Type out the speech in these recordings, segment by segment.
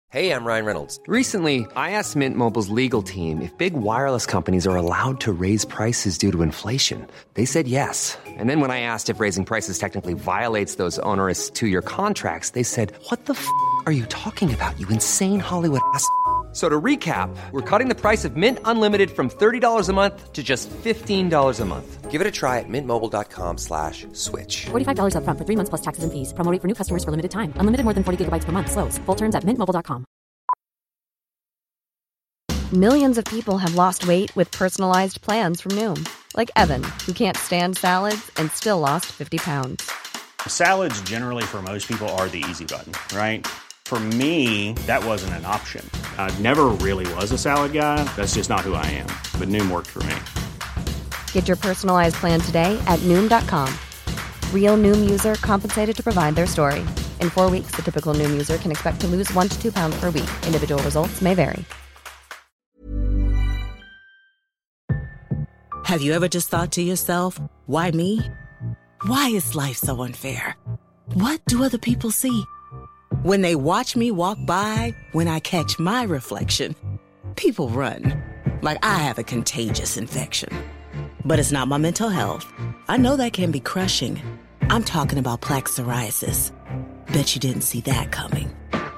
Hey, I'm Ryan Reynolds. Recently, I asked Mint Mobile's legal team if big wireless companies are allowed to raise prices due to inflation. They said yes. And then when I asked if raising prices technically violates those onerous two-year contracts, they said, "What the f*** are you talking about, you insane Hollywood ass?" So to recap, we're cutting the price of Mint Unlimited from $30 a month to just $15 a month. Give it a try at mintmobile.com/switch. $45 up front for 3 months plus taxes and fees. Promo rate for new customers for limited time. Unlimited more than 40 gigabytes per month. Slows full terms at mintmobile.com. Millions of people have lost weight with personalized plans from Noom. Like Evan, who can't stand salads and still lost 50 pounds. Salads generally for most people are the easy button, right? For me, that wasn't an option. I never really was a salad guy. That's just not who I am. But Noom worked for me. Get your personalized plan today at Noom.com. Real Noom user compensated to provide their story. In 4 weeks, the typical Noom user can expect to lose 1 to 2 pounds per week. Individual results may vary. Have you ever just thought to yourself, why me? Why is life so unfair? What do other people see? When they watch me walk by, when I catch my reflection, people run. Like I have a contagious infection. But it's not my mental health. I know that can be crushing. I'm talking about plaque psoriasis. Bet you didn't see that coming.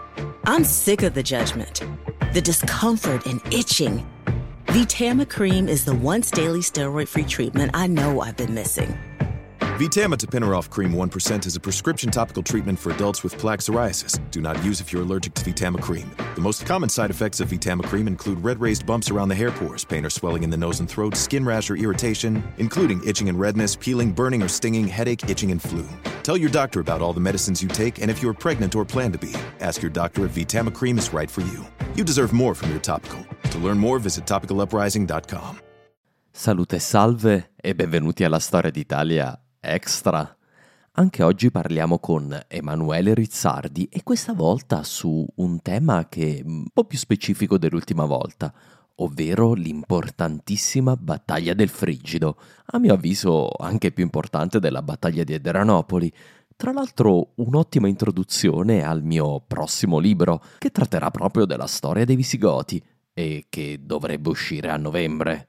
I'm sick of the judgment, the discomfort and itching. Vtama Cream is the once daily steroid-free treatment I know I've been missing. Vtama Tapinarof Cream 1% is a prescription topical treatment for adults with plaque psoriasis. Do not use if you're allergic to Vtama Cream. The most common side effects of Vtama Cream include red raised bumps around the hair pores, pain or swelling in the nose and throat, skin rash or irritation, including itching and redness, peeling, burning or stinging, headache, itching, and flu. Tell your doctor about all the medicines you take and if you're pregnant or plan to be. Ask your doctor if Vtama Cream is right for you. You deserve more from your topical. To learn more, visit topicaluprising.com. Salute e salve e benvenuti alla Storia d'Italia Extra. Anche oggi parliamo con Emanuele Rizzardi e questa volta su un tema che è un po' più specifico dell'ultima volta, ovvero l'importantissima battaglia del Frigido, a mio avviso anche più importante della battaglia di Adrianopoli. Tra l'altro un'ottima introduzione al mio prossimo libro, che tratterà proprio della storia dei Visigoti e che dovrebbe uscire a novembre.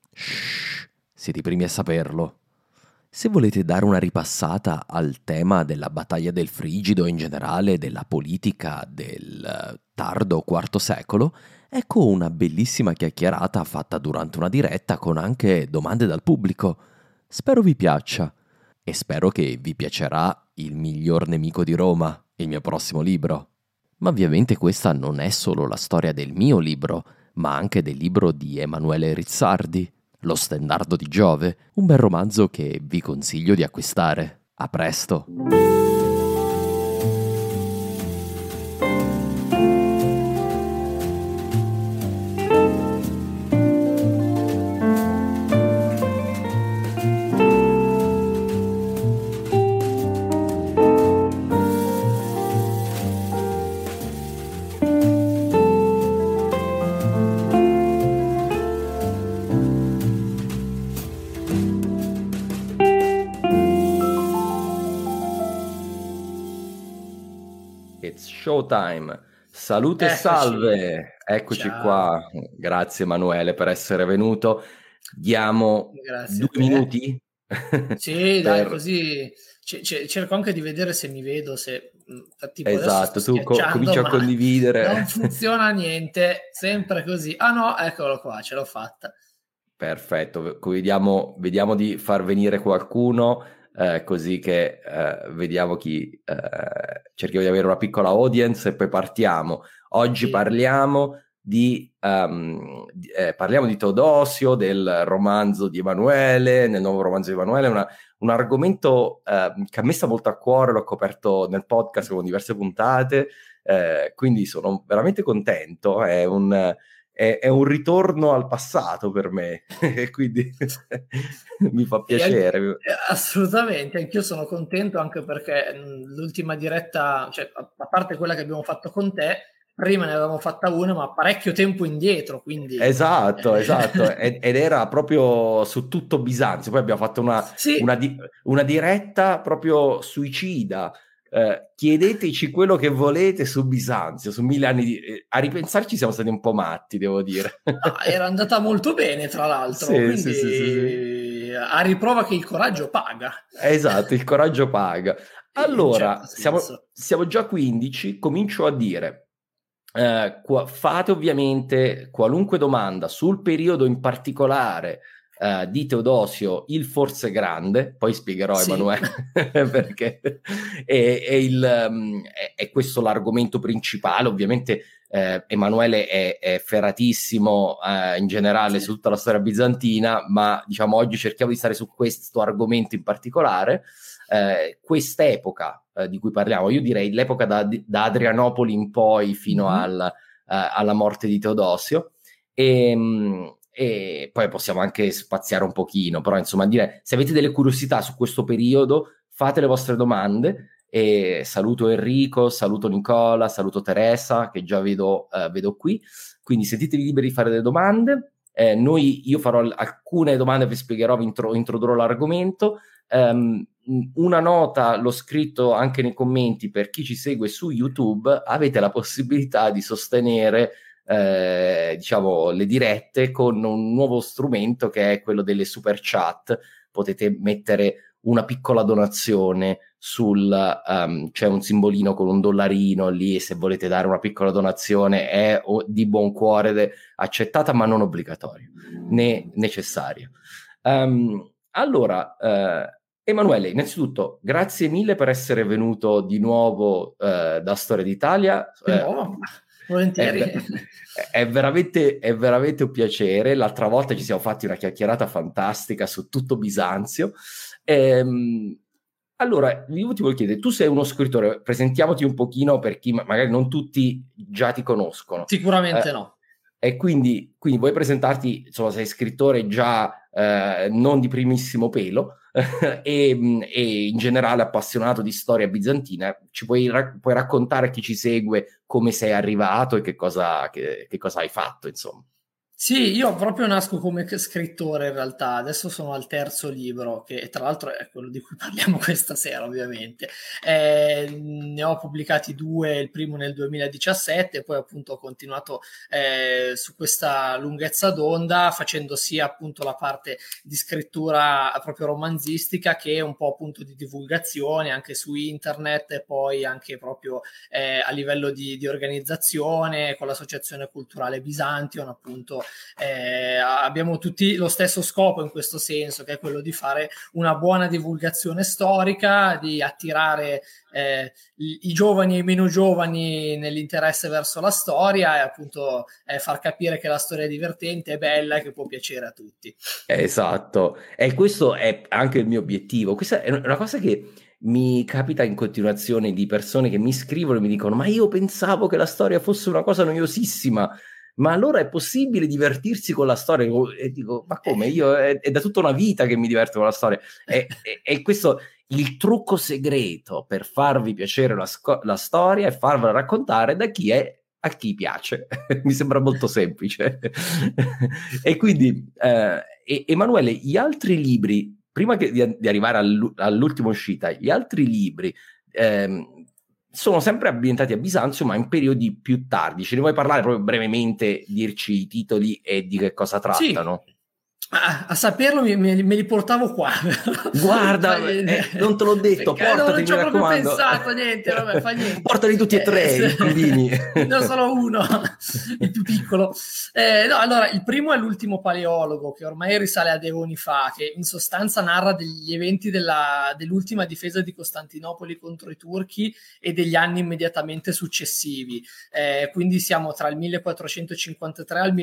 Shh, siete i primi a saperlo. Se volete dare una ripassata al tema della battaglia del Frigido e in generale della politica del tardo IV secolo, ecco una bellissima chiacchierata fatta durante una diretta con anche domande dal pubblico. Spero vi piaccia e spero che vi piacerà Il miglior nemico di Roma, il mio prossimo libro. Ma ovviamente questa non è solo la storia del mio libro, ma anche del libro di Emanuele Rizzardi, Lo stendardo di Giove, un bel romanzo che vi consiglio di acquistare. A presto! It's showtime. Salute e salve. Eccoci Ciao. qua. Grazie Emanuele per essere venuto. Diamo Grazie 2 a te. minuti. Sì, dai, per- così cerco anche di vedere se mi vedo, se tipo Esatto, adesso tu sto schiacciando, cominci a ma condividere. non funziona niente, sempre così. Ah no, eccolo qua, ce l'ho fatta. Perfetto, vediamo di far venire qualcuno, così che vediamo chi cerchiamo di avere una piccola audience e poi partiamo. Oggi Sì. parliamo di Teodosio, del romanzo di Emanuele, nel nuovo romanzo di Emanuele, un argomento che a me sta molto a cuore, l'ho coperto nel podcast con diverse puntate, quindi sono veramente contento, è un ritorno al passato per me, e quindi mi fa piacere. Assolutamente, anch'io sono contento, anche perché l'ultima diretta, cioè a parte quella che abbiamo fatto con te, prima ne avevamo fatta una, ma parecchio tempo indietro, quindi... Esatto, ed era proprio su tutto Bisanzio, poi abbiamo fatto Sì. una diretta proprio suicida, chiedeteci quello che volete su Bisanzio, su 1000 anni di... a ripensarci siamo stati un po' matti, devo dire. Era andata molto bene, tra l'altro, sì, quindi sì. a riprova che il coraggio paga. Esatto, il coraggio paga. Allora, certo siamo già 15, comincio a dire, fate ovviamente qualunque domanda sul periodo in particolare di Teodosio, il Forse Grande, poi spiegherò Emanuele perché è questo l'argomento principale. Ovviamente Emanuele è ferratissimo in generale su tutta la storia bizantina, ma diciamo oggi cerchiamo di stare su questo argomento in particolare. Quest'epoca di cui parliamo, io direi l'epoca da Adrianopoli in poi fino alla morte di Teodosio, e poi possiamo anche spaziare un pochino, però insomma dire, se avete delle curiosità su questo periodo fate le vostre domande. E saluto Enrico, saluto Nicola, saluto Teresa che già vedo qui, quindi sentitevi liberi di fare delle domande. Io farò alcune domande, vi spiegherò, introdurrò l'argomento. Una nota, l'ho scritto anche nei commenti per chi ci segue su YouTube, avete la possibilità di sostenere diciamo le dirette con un nuovo strumento che è quello delle super chat. Potete mettere una piccola donazione c'è un simbolino con un $1 lì, e se volete dare una piccola donazione è di buon cuore accettata, ma non obbligatoria né necessaria. Allora Emanuele, innanzitutto grazie mille per essere venuto di nuovo da Storia d'Italia. Volentieri. È veramente un piacere. L'altra volta ci siamo fatti una chiacchierata fantastica su tutto Bisanzio. Allora, io ti voglio chiedere, tu sei uno scrittore, presentiamoti un pochino per chi magari non tutti già ti conoscono. Sicuramente no. E quindi vuoi presentarti, insomma, sei scrittore già non di primissimo pelo e in generale appassionato di storia bizantina. Ci puoi raccontare a chi ci segue come sei arrivato e che cosa hai fatto, insomma? Sì, io proprio nasco come scrittore in realtà, adesso sono al 3° libro, che tra l'altro è quello di cui parliamo questa sera ovviamente. Ne ho pubblicati 2, il primo nel 2017, e poi appunto ho continuato su questa lunghezza d'onda facendo sia appunto la parte di scrittura proprio romanzistica che un po' appunto di divulgazione anche su internet, e poi anche proprio a livello di organizzazione con l'Associazione Culturale Bisantion, appunto. Abbiamo tutti lo stesso scopo in questo senso, che è quello di fare una buona divulgazione storica, di attirare i giovani e i meno giovani nell'interesse verso la storia, e appunto far capire che la storia è divertente, è bella e che può piacere a tutti. Esatto, e questo è anche il mio obiettivo. Questa è una cosa che mi capita in continuazione, di persone che mi scrivono e mi dicono: ma io pensavo che la storia fosse una cosa noiosissima, ma allora è possibile divertirsi con la storia? E dico: ma come? Io è da tutta una vita che mi diverto con la storia. E questo il trucco segreto per farvi piacere la storia, è farvela raccontare da a chi piace. Mi sembra molto semplice. E quindi Emanuele, gli altri libri, prima di arrivare all'ultima uscita, gli altri libri sono sempre ambientati a Bisanzio, ma in periodi più tardi. Ce ne vuoi parlare proprio brevemente, dirci i titoli e di che cosa trattano? Sì. A saperlo me li portavo qua. Guarda, non te l'ho detto, portati, non ci ho proprio raccomando. pensato, niente, vabbè, fa niente. Portali tutti e tre, i cudini. Non solo uno, il più piccolo. No, allora, il primo è L'ultimo paleologo, che ormai risale a decenni fa, che in sostanza narra degli eventi dell'ultima difesa di Costantinopoli contro i turchi e degli anni immediatamente successivi. Quindi siamo tra il 1453 al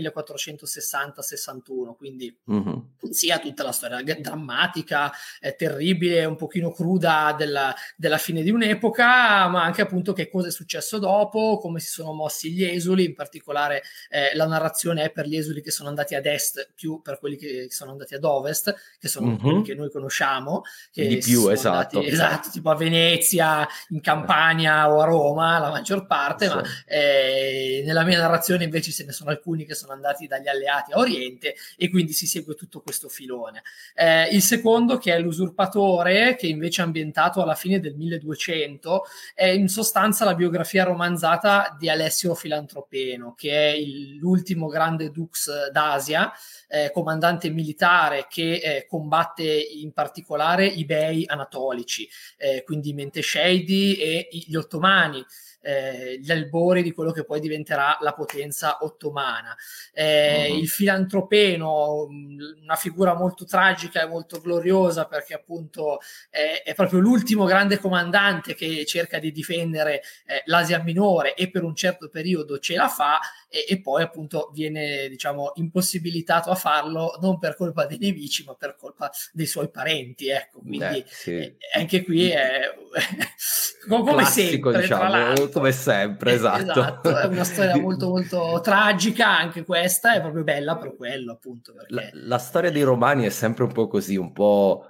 1460-61, quindi sia tutta la storia drammatica, terribile, un pochino cruda della fine di un'epoca, ma anche appunto che cosa è successo dopo, come si sono mossi gli esuli. In particolare la narrazione è per gli esuli che sono andati ad est più per quelli che sono andati ad ovest, che sono quelli che noi conosciamo, che di più, esatto, tipo a Venezia, in Campania o a Roma, la maggior parte. Sì. Ma nella mia narrazione invece ce ne sono alcuni che sono andati dagli alleati a oriente, e quindi si è segue tutto questo filone. Il secondo, che è L'usurpatore, che invece è ambientato alla fine del 1200, è in sostanza la biografia romanzata di Alessio Filantropeno, che è l'ultimo grande dux d'Asia, comandante militare che combatte in particolare i bei anatolici, quindi i Mentesceidi e gli ottomani, gli albori di quello che poi diventerà la potenza ottomana. Il Filantropeno, una figura molto tragica e molto gloriosa, perché appunto è proprio l'ultimo grande comandante che cerca di difendere l'Asia Minore, e per un certo periodo ce la fa, e poi appunto viene, diciamo, impossibilitato a farlo, non per colpa dei nemici ma per colpa dei suoi parenti, ecco. Quindi sì. Anche qui è come classico, sempre, diciamo, tra l'altro. come sempre, esatto. È una storia molto molto tragica anche questa, è proprio bella per quello, appunto, perché la storia dei romani è sempre un po' così, un po'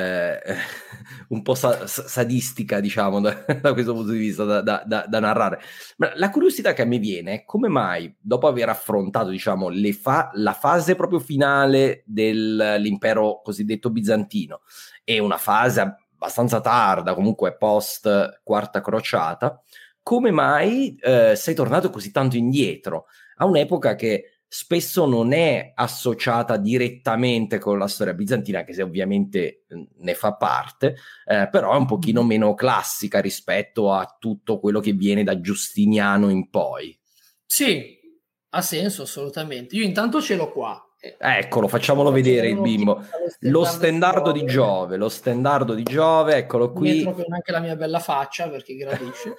sadistica, diciamo, da questo punto di vista, da narrare. Ma la curiosità che a me viene è come mai, dopo aver affrontato, diciamo, la fase proprio finale dell'impero cosiddetto bizantino, e una fase abbastanza tarda, comunque post Quarta Crociata, come mai sei tornato così tanto indietro a un'epoca che spesso non è associata direttamente con la storia bizantina, anche se ovviamente ne fa parte, però è un pochino meno classica rispetto a tutto quello che viene da Giustiniano in poi. Sì, ha senso assolutamente. Io intanto ce l'ho qua. Eccolo, facciamolo vedere il bimbo. Lo stendardo di Giove, eccolo qui. Non è proprio neanche la mia bella faccia, perché gradisce.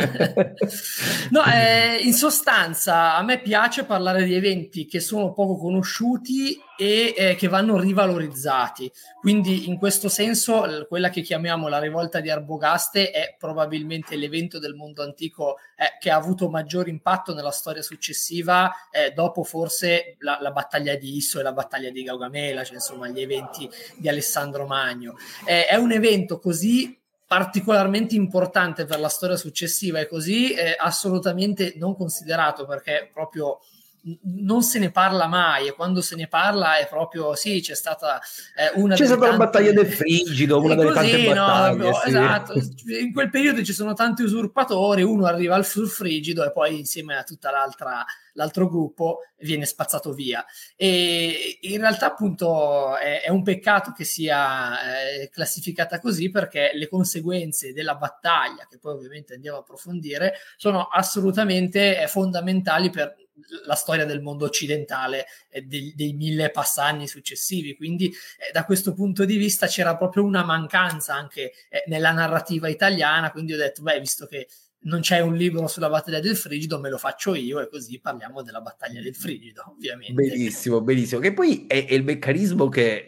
No, in sostanza a me piace parlare di eventi che sono poco conosciuti e che vanno rivalorizzati. Quindi in questo senso quella che chiamiamo la rivolta di Arbogaste è probabilmente l'evento del mondo antico che ha avuto maggior impatto nella storia successiva, dopo forse la battaglia di Isso e la battaglia di Gaugamela, cioè insomma gli eventi di Alessandro Magno. È un evento così particolarmente importante per la storia successiva e così assolutamente non considerato, perché proprio non se ne parla mai, e quando se ne parla è proprio sì, c'è stata la battaglia del Frigido, una delle tante battaglie, no, sì. Esatto, in quel periodo ci sono tanti usurpatori, uno arriva sul Frigido e poi insieme a tutta l'altro gruppo viene spazzato via, e in realtà appunto è un peccato che sia classificata così, perché le conseguenze della battaglia, che poi ovviamente andiamo a approfondire, sono assolutamente fondamentali per la storia del mondo occidentale dei 1000 passanni successivi. Quindi da questo punto di vista c'era proprio una mancanza anche nella narrativa italiana, quindi ho detto visto che non c'è un libro sulla battaglia del Frigido, me lo faccio io, e così parliamo della battaglia del Frigido, ovviamente. Benissimo, che poi è il meccanismo che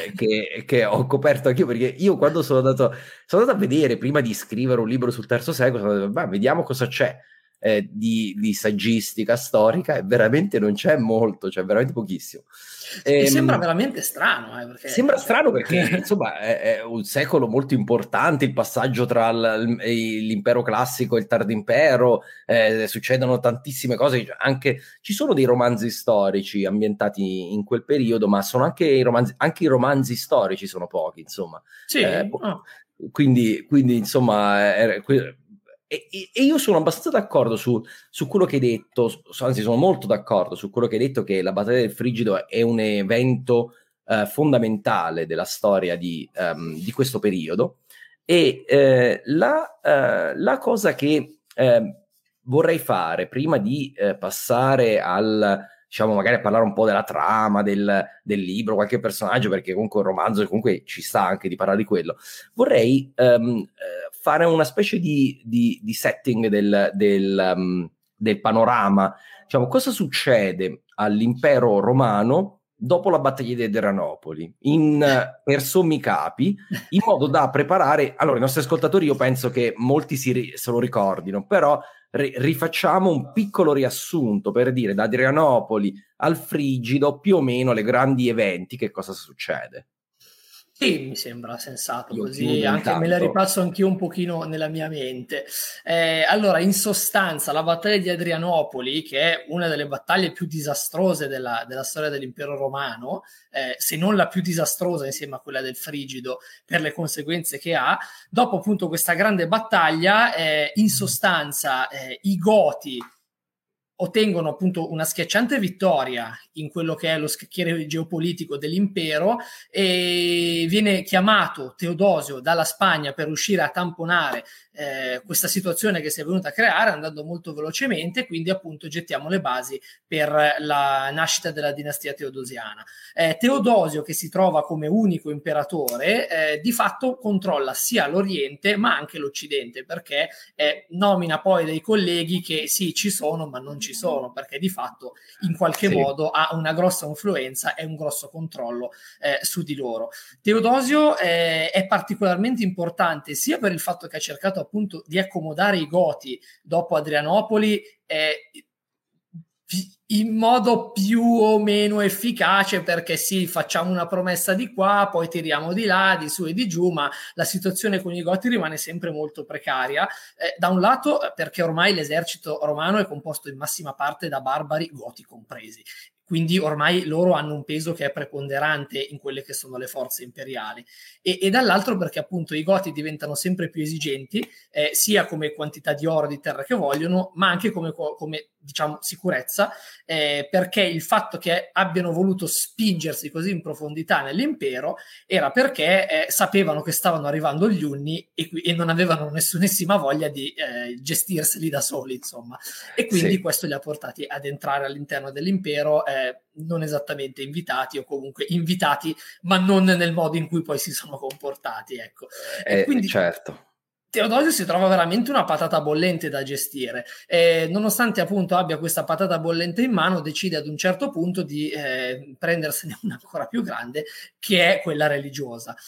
ho coperto anch'io, perché io quando sono andato a vedere, prima di scrivere un libro sul III secolo, sono andato, vediamo cosa c'è di saggistica storica, e veramente non c'è molto, c'è veramente pochissimo. E sembra veramente strano, perché... Sembra strano perché insomma è un secolo molto importante, il passaggio tra l'impero classico e il tardo impero, succedono tantissime cose, anche ci sono dei romanzi storici ambientati in quel periodo, ma sono anche i romanzi storici sono pochi, insomma. Sì. Quindi insomma e io sono abbastanza d'accordo su quello che hai detto, anzi sono molto d'accordo su quello che hai detto, che la battaglia del Frigido è un evento fondamentale della storia di questo periodo, e la cosa che vorrei fare prima di passare diciamo magari a parlare un po' della trama del libro, qualche personaggio, perché comunque un romanzo comunque ci sta anche di parlare di quello, vorrei fare una specie di setting del panorama, diciamo cosa succede all'impero romano dopo la battaglia di Adrianopoli, per sommi capi, in modo da preparare, allora i nostri ascoltatori io penso che molti se lo ricordino, però rifacciamo un piccolo riassunto per dire da Adrianopoli al Frigido più o meno le grandi eventi, che cosa succede. Sì, mi sembra sensato, Io così chiudo anche me la intanto. ripasso anch'io un pochino nella mia mente. Allora, in sostanza, la battaglia di Adrianopoli, che è una delle battaglie più disastrose della storia dell'impero romano, se non la più disastrosa insieme a quella del Frigido per le conseguenze che ha, dopo appunto questa grande battaglia, in sostanza i Goti ottengono appunto una schiacciante vittoria in quello che è lo scacchiere geopolitico dell'impero e viene chiamato Teodosio dalla Spagna per riuscire a tamponare questa situazione che si è venuta a creare andando molto velocemente, quindi appunto gettiamo le basi per la nascita della dinastia teodosiana. Teodosio, che si trova come unico imperatore, di fatto controlla sia l'Oriente ma anche l'Occidente, perché nomina poi dei colleghi che sì, ci sono ma non ci sono, perché di fatto in qualche modo ha una grossa influenza e un grosso controllo su di loro. Teodosio è particolarmente importante sia per il fatto che ha cercato appunto di accomodare i Goti dopo Adrianopoli in modo più o meno efficace, perché sì, facciamo una promessa di qua, poi tiriamo di là, di su e di giù, ma la situazione con i Goti rimane sempre molto precaria. Da un lato perché ormai l'esercito romano è composto in massima parte da barbari, Goti compresi, quindi ormai loro hanno un peso che è preponderante in quelle che sono le forze imperiali, e dall'altro perché appunto i Goti diventano sempre più esigenti, sia come quantità di oro di terra che vogliono, ma anche come diciamo sicurezza, perché il fatto che abbiano voluto spingersi così in profondità nell'impero era perché sapevano che stavano arrivando gli Unni e non avevano nessunissima voglia di gestirseli da soli, insomma, e quindi questo li ha portati ad entrare all'interno dell'impero non esattamente invitati, o comunque invitati ma non nel modo in cui poi si sono comportati, ecco. E quindi certo, Teodosio si trova veramente una patata bollente da gestire, nonostante appunto abbia questa patata bollente in mano, decide ad un certo punto di prendersene una ancora più grande, che è quella religiosa.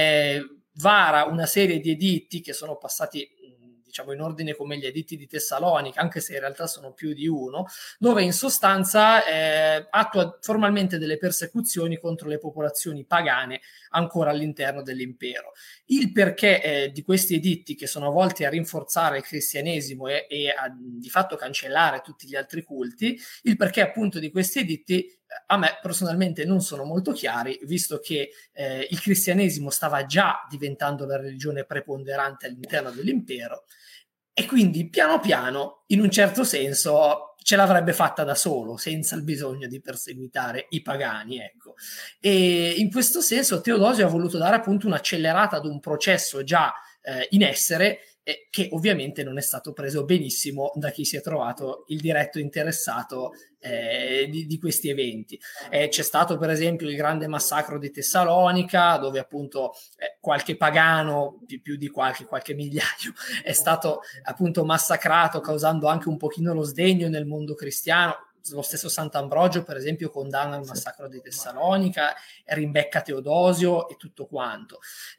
Vara una serie di editti che sono passati diciamo in ordine come gli editti di Tessalonica, anche se in realtà sono più di uno, dove in sostanza attua formalmente delle persecuzioni contro le popolazioni pagane ancora all'interno dell'impero. Il perché di questi editti, che sono volti a rinforzare il cristianesimo e a di fatto cancellare tutti gli altri culti, il perché appunto di questi editti a me personalmente non sono molto chiari, visto che il cristianesimo stava già diventando la religione preponderante all'interno dell'impero, e quindi piano piano, in un certo senso, ce l'avrebbe fatta da solo, senza il bisogno di perseguitare i pagani, ecco. E in questo senso Teodosio ha voluto dare appunto un'accelerata ad un processo già in essere, che ovviamente non è stato preso benissimo da chi si è trovato il diretto interessato di questi eventi. C'è stato per esempio il grande massacro di Tessalonica, dove appunto qualche pagano, più di qualche migliaio, è stato appunto massacrato, causando anche un pochino lo sdegno nel mondo cristiano. Lo stesso Sant'Ambrogio per esempio condanna il massacro di Tessalonica, rimbecca Teodosio e tutto quanto.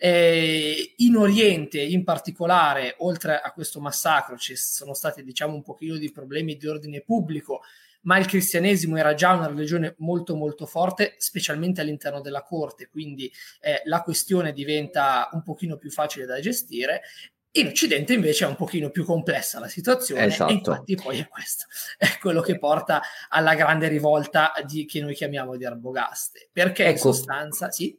In Oriente in particolare, oltre a questo massacro, ci sono stati diciamo un pochino di problemi di ordine pubblico, ma il cristianesimo era già una religione molto molto forte, specialmente all'interno della corte, quindi la questione diventa un pochino più facile da gestire. In Occidente invece è un pochino più complessa la situazione, e infatti poi è questo, è quello che porta alla grande rivolta che noi chiamiamo di Arbogaste, perché in sostanza sì.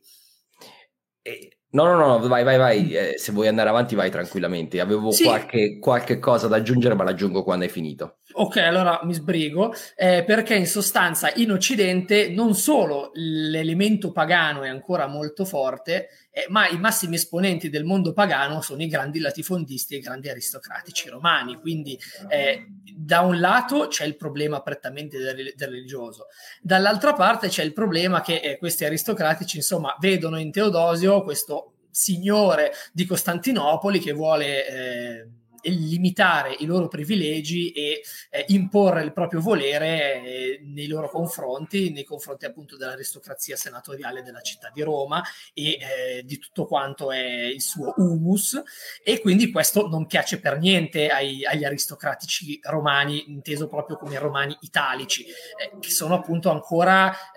No, vai. Se vuoi andare avanti vai tranquillamente. Avevo qualche cosa da aggiungere, ma l'aggiungo quando hai finito. Ok, allora mi sbrigo, perché in sostanza in Occidente non solo l'elemento pagano è ancora molto forte, ma i massimi esponenti del mondo pagano sono i grandi latifondisti e i grandi aristocratici romani, quindi da un lato c'è il problema prettamente del religioso, dall'altra parte c'è il problema che questi aristocratici insomma vedono in Teodosio questo signore di Costantinopoli che vuole limitare i loro privilegi e imporre il proprio volere nei loro confronti, nei confronti appunto dell'aristocrazia senatoriale della città di Roma e di tutto quanto è il suo humus, e quindi questo non piace per niente agli aristocratici romani, inteso proprio come romani italici, che sono appunto ancora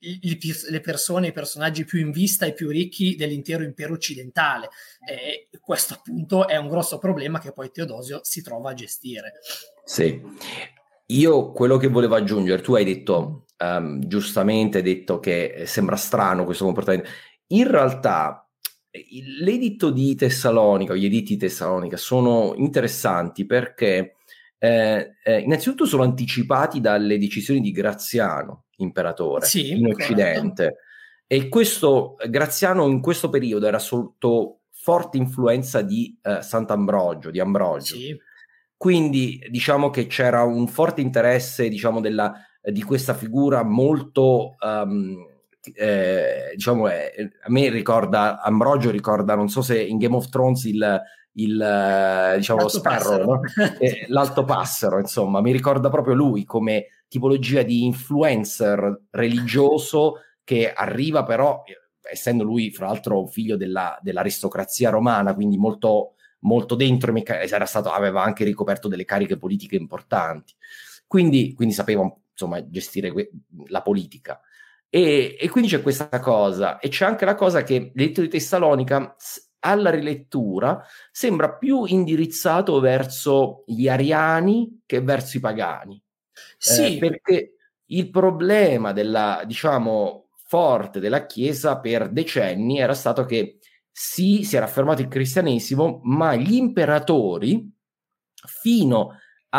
le persone, i personaggi più in vista e più ricchi dell'intero impero occidentale. Questo appunto è un grosso problema che poi Teodosio si trova a gestire. Sì, io quello che volevo aggiungere, tu hai detto, giustamente hai detto che sembra strano questo comportamento. In realtà l'editto di Tessalonica, o gli editti di Tessalonica sono interessanti perché innanzitutto sono anticipati dalle decisioni di Graziano, imperatore, in Occidente. Corretto. E questo Graziano in questo periodo era sotto forte influenza di Sant'Ambrogio, di Ambrogio. Sì. Quindi diciamo che c'era un forte interesse, diciamo, di questa figura molto, diciamo, a me ricorda, Ambrogio ricorda, non so se in Game of Thrones diciamo lo Sparrow, no? L'Alto Passero, insomma, mi ricorda proprio lui come tipologia di influencer religioso che arriva però, essendo lui fra l'altro figlio dell'aristocrazia romana, quindi molto dentro, aveva anche ricoperto delle cariche politiche importanti, quindi sapeva, insomma, gestire la politica, e quindi c'è questa cosa, e c'è anche la cosa che l'editto di Tessalonica alla rilettura sembra più indirizzato verso gli ariani che verso i pagani. Sì. Perché il problema diciamo forte della Chiesa per decenni era stato che si era affermato il cristianesimo, ma gli imperatori fino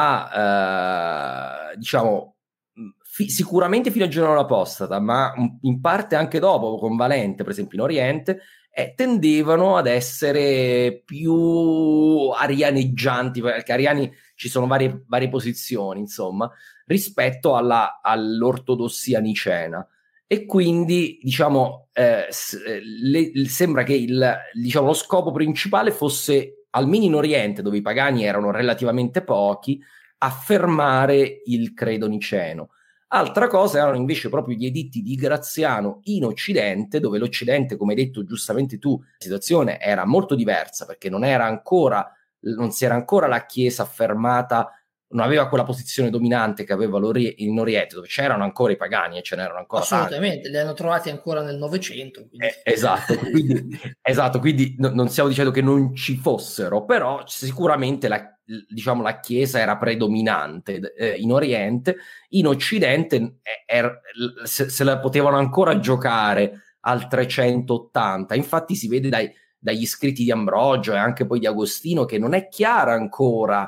a diciamo sicuramente fino a Giordano l'Apostata, ma in parte anche dopo, con Valente per esempio in Oriente, tendevano ad essere più arianeggianti, perché ariani ci sono varie posizioni, insomma, rispetto all'ortodossia nicena. E quindi diciamo sembra che diciamo, lo scopo principale fosse, almeno in Oriente, dove i pagani erano relativamente pochi, affermare il credo niceno. Altra cosa erano invece proprio gli editti di Graziano in Occidente, dove l'Occidente, come hai detto giustamente tu, la situazione era molto diversa, perché non si era ancora la Chiesa affermata, non aveva quella posizione dominante che aveva in Oriente, dove c'erano ancora i pagani e ce n'erano ancora assolutamente, tanti. Li hanno trovati ancora nel Novecento. Esatto, quindi non stiamo dicendo che non ci fossero, però sicuramente la Chiesa era predominante in Oriente. In Occidente se la potevano ancora giocare al 380, infatti si vede dagli scritti di Ambrogio e anche poi di Agostino che non è chiaro ancora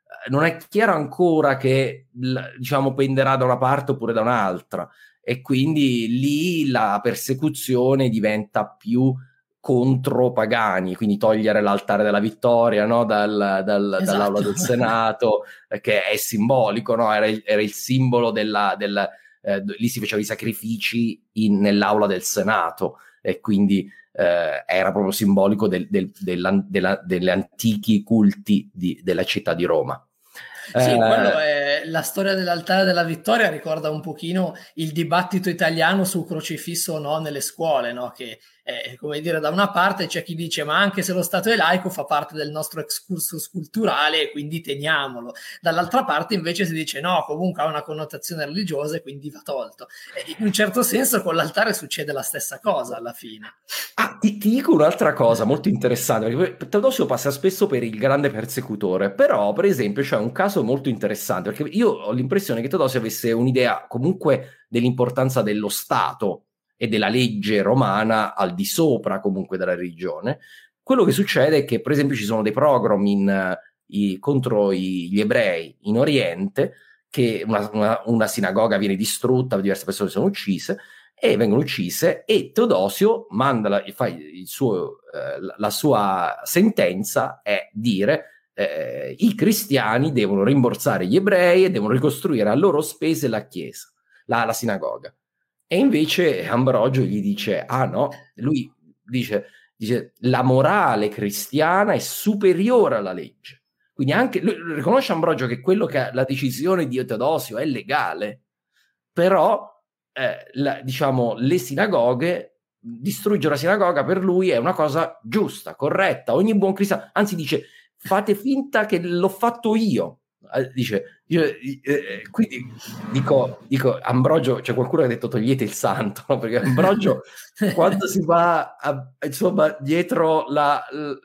che diciamo penderà da una parte oppure da un'altra, e quindi lì la persecuzione diventa più contro pagani, quindi togliere l'altare della vittoria, no? Dall'aula del Senato, che è simbolico, no? Era il simbolo lì si facevano i sacrifici nell'aula del Senato, e quindi era proprio simbolico degli antichi culti della città di Roma. Sì, quello è la storia dell'altare della vittoria, ricorda un pochino il dibattito italiano sul crocifisso o no nelle scuole, no? Che come dire, da una parte c'è chi dice ma anche se lo Stato è laico fa parte del nostro excursus culturale, quindi teniamolo. Dall'altra parte invece si dice no, comunque ha una connotazione religiosa e quindi va tolto. In un certo senso con l'altare succede la stessa cosa alla fine. Ti dico un'altra cosa molto interessante, perché Teodosio passa spesso per il grande persecutore, però per esempio c'è un caso molto interessante, perché io ho l'impressione che Teodosio avesse un'idea comunque dell'importanza dello Stato e della legge romana al di sopra comunque della religione. Quello che succede è che per esempio ci sono dei pogrom contro gli ebrei in Oriente, che una sinagoga viene distrutta, diverse persone sono vengono uccise, e Teodosio la sua sentenza è dire i cristiani devono rimborsare gli ebrei e devono ricostruire a loro spese la chiesa, la sinagoga. E invece Ambrogio gli dice no, lui dice la morale cristiana è superiore alla legge. Quindi anche lui riconosce Ambrogio che la decisione di Teodosio è legale, però diciamo le sinagoghe, distruggere la sinagoga per lui è una cosa giusta, corretta. Ogni buon cristiano, anzi dice fate finta che l'ho fatto io, Quindi dico Ambrogio, c'è qualcuno che ha detto togliete il santo, no? Perché Ambrogio quando si va insomma dietro la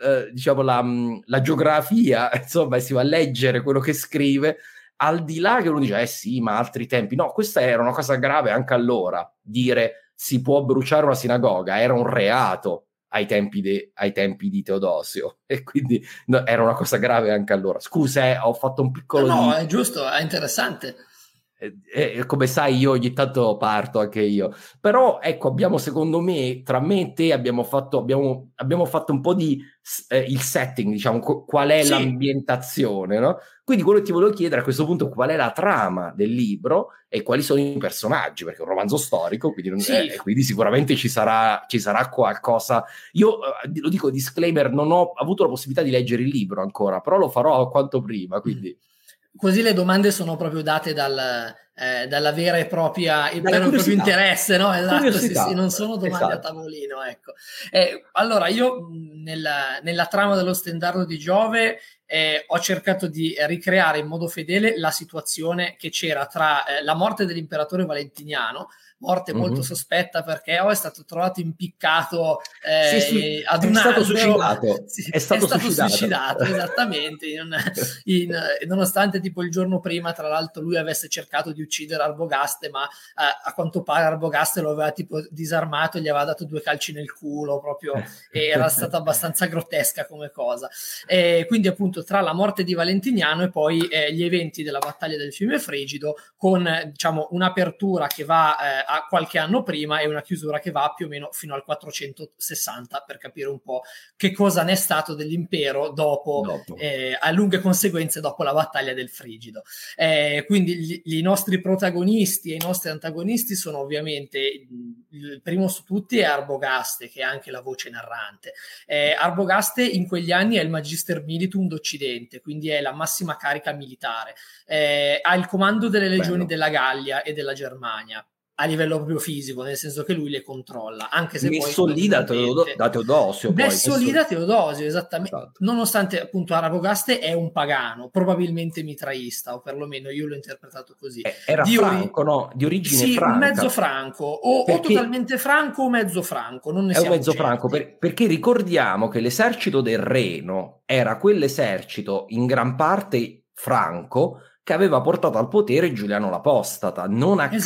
geografia, insomma, e si va a leggere quello che scrive, al di là che uno dice sì, ma altri tempi, no, questa era una cosa grave anche allora, dire si può bruciare una sinagoga era un reato ai tempi di Teodosio, e quindi era una cosa grave anche allora. Scusa, ho fatto un piccolo... No, è giusto, è interessante. Come sai, io ogni tanto parto anche io, però ecco, abbiamo, secondo me, tra me e te abbiamo fatto un po' di il setting, diciamo, qual è l'ambientazione, no? Quindi quello che ti volevo chiedere a questo punto, qual è la trama del libro e quali sono i personaggi, perché è un romanzo storico, quindi sicuramente ci sarà qualcosa. Io lo dico, disclaimer, non ho avuto la possibilità di leggere il libro ancora, però lo farò quanto prima, quindi... Così le domande sono proprio date dalla vera e propria, il vero e proprio interesse, no? Esatto, sì, non sono domande a tavolino, ecco. Allora, io nella trama dello Stendardo di Giove ho cercato di ricreare in modo fedele la situazione che c'era tra la morte dell'imperatore Valentiniano, morte molto sospetta perché è stato trovato impiccato ad un albero. È stato suicidato esattamente, nonostante tipo il giorno prima tra l'altro lui avesse cercato di uccidere Arbogaste, ma a quanto pare Arbogaste lo aveva tipo disarmato e gli aveva dato 2 calci nel culo proprio, e era stata abbastanza grottesca come cosa. Quindi appunto tra la morte di Valentiniano e poi gli eventi della battaglia del fiume Frigido, con diciamo un'apertura che va a qualche anno prima e una chiusura che va più o meno fino al 460, per capire un po' che cosa ne è stato dell'impero dopo. A lunghe conseguenze dopo la battaglia del Frigido. Quindi i nostri protagonisti e i nostri antagonisti sono ovviamente, il primo su tutti è Arbogaste, che è anche la voce narrante. Arbogaste in quegli anni è il Magister Militum d'Occidente, quindi è la massima carica militare. Ha il comando delle legioni della Gallia e della Germania, a livello proprio fisico, nel senso che lui le controlla, anche se messo lì da Teodosio, messo lì da Teodosio, esattamente. Esatto. Nonostante appunto Arbogaste è un pagano, probabilmente mitraista, o perlomeno io l'ho interpretato così. Era franco, no? Di origine franca. Mezzo franco, o totalmente franco o mezzo franco, non ne è un mezzo certi. Franco, perché ricordiamo che l'esercito del Reno era quell'esercito in gran parte franco che aveva portato al potere Giuliano l'Apostata. Non a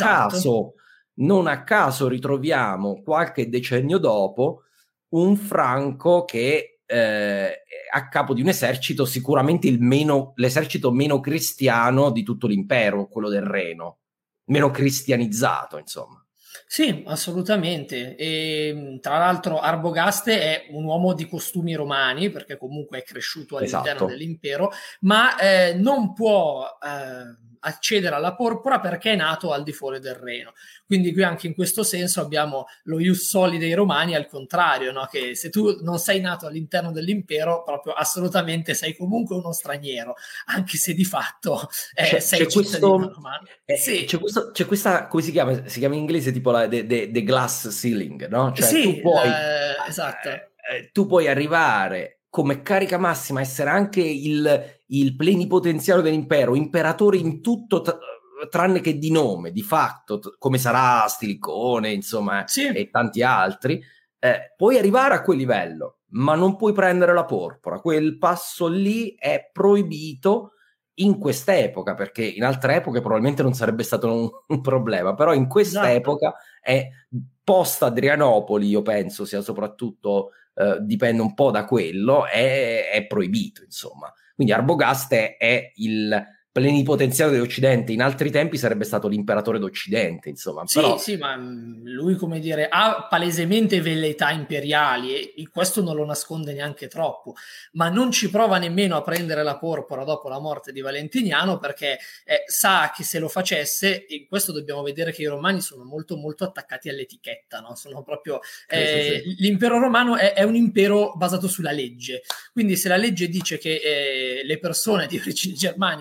caso ritroviamo qualche decennio dopo un Franco che a capo di un esercito sicuramente l'esercito meno cristiano di tutto l'impero, quello del Reno, meno cristianizzato, insomma. Sì, assolutamente. E tra l'altro Arbogaste è un uomo di costumi romani, perché comunque è cresciuto all'interno dell'impero, ma non può accedere alla porpora perché è nato al di fuori del Reno. Quindi qui anche in questo senso abbiamo lo ius soli dei romani, al contrario, no? Che se tu non sei nato all'interno dell'impero, proprio assolutamente sei comunque uno straniero, anche se di fatto sei cittadino romano. C'è questa, come si chiama? Si chiama in inglese tipo the glass ceiling, no? Cioè tu puoi, esatto. Tu puoi arrivare come carica massima, essere anche il plenipotenziario dell'impero, imperatore in tutto, tranne che di nome, di fatto, come sarà Stilicone, insomma, e tanti altri. Puoi arrivare a quel livello, ma non puoi prendere la porpora. Quel passo lì è proibito in quest'epoca, perché in altre epoche probabilmente non sarebbe stato un problema, però in questa epoca è post Adrianopoli, io penso sia soprattutto, dipende un po' da quello, è proibito, insomma. Quindi Arbogaste è il plenipotenziario dell'Occidente, in altri tempi sarebbe stato l'imperatore d'Occidente, insomma. Sì, ma lui, come dire, ha palesemente velleità imperiali e questo non lo nasconde neanche troppo, ma non ci prova nemmeno a prendere la porpora dopo la morte di Valentiniano, perché sa che se lo facesse, e in questo dobbiamo vedere che i romani sono molto molto attaccati all'etichetta, no? Sono proprio l'impero romano è un impero basato sulla legge, quindi se la legge dice che le persone di origine germanica non possono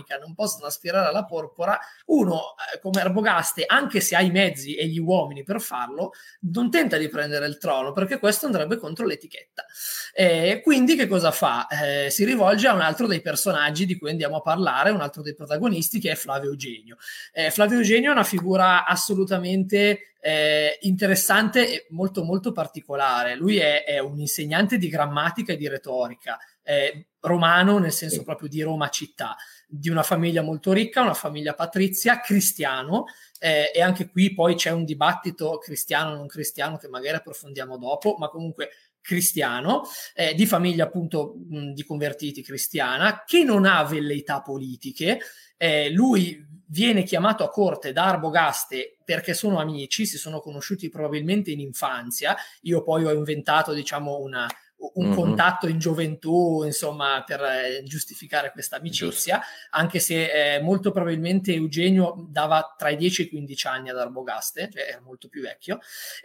possono aspirare alla porpora, uno come Arbogaste, anche se ha i mezzi e gli uomini per farlo, non tenta di prendere il trono, perché questo andrebbe contro l'etichetta. Quindi che cosa fa? Si rivolge a un altro dei personaggi di cui andiamo a parlare, un altro dei protagonisti, che è Flavio Eugenio. Flavio Eugenio è una figura assolutamente interessante e molto molto particolare. Lui è un insegnante di grammatica e di retorica, romano nel senso proprio di Roma città, di una famiglia molto ricca, una famiglia patrizia, cristiano, e anche qui poi c'è un dibattito cristiano non cristiano che magari approfondiamo dopo, ma comunque cristiano, di famiglia appunto di convertiti cristiana, che non ha velleità politiche. Lui viene chiamato a corte da Arbogaste perché sono amici, si sono conosciuti probabilmente in infanzia. Io poi ho inventato, diciamo, un contatto in gioventù, insomma, per giustificare questa amicizia, anche se molto probabilmente Eugenio dava tra i 10 e i 15 anni ad Arbogaste, cioè era molto più vecchio.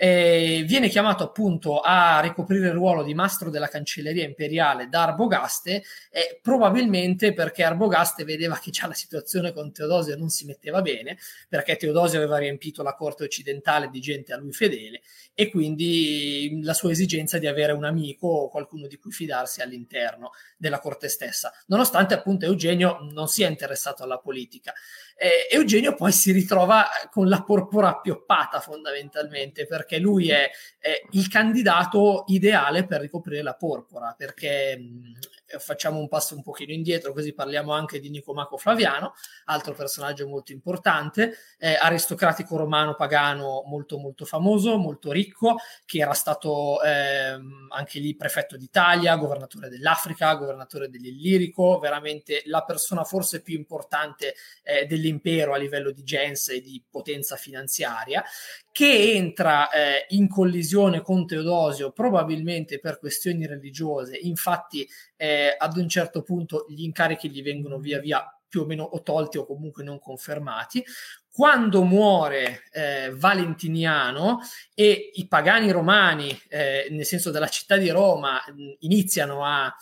Viene chiamato appunto a ricoprire il ruolo di mastro della cancelleria imperiale da Arbogaste, probabilmente perché Arbogaste vedeva che già la situazione con Teodosio non si metteva bene, perché Teodosio aveva riempito la corte occidentale di gente a lui fedele, e quindi la sua esigenza di avere un amico o qualcuno di cui fidarsi all'interno della corte stessa, nonostante appunto Eugenio non sia interessato alla politica. Eugenio poi si ritrova con la porpora appioppata fondamentalmente, perché lui è il candidato ideale per ricoprire la porpora, perché facciamo un passo un pochino indietro, così parliamo anche di Nicomaco Flaviano, altro personaggio molto importante, aristocratico romano pagano molto molto famoso, molto ricco, che era stato anche lì prefetto d'Italia, governatore dell'Africa, governatore dell'Illirico, veramente la persona forse più importante dell'impero a livello di gens e di potenza finanziaria, che entra in collisione con Teodosio probabilmente per questioni religiose. Infatti ad un certo punto gli incarichi gli vengono via via più o meno o tolti o comunque non confermati. Quando muore Valentiniano e i pagani romani, nel senso della città di Roma, iniziano a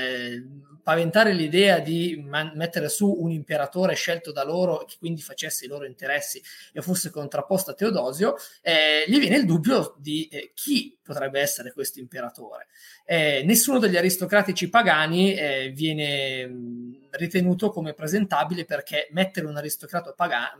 paventare l'idea di mettere su un imperatore scelto da loro, che quindi facesse i loro interessi e fosse contrapposto a Teodosio, gli viene il dubbio di chi potrebbe essere questo imperatore. Nessuno degli aristocratici pagani viene ritenuto come presentabile, perché mettere un aristocratico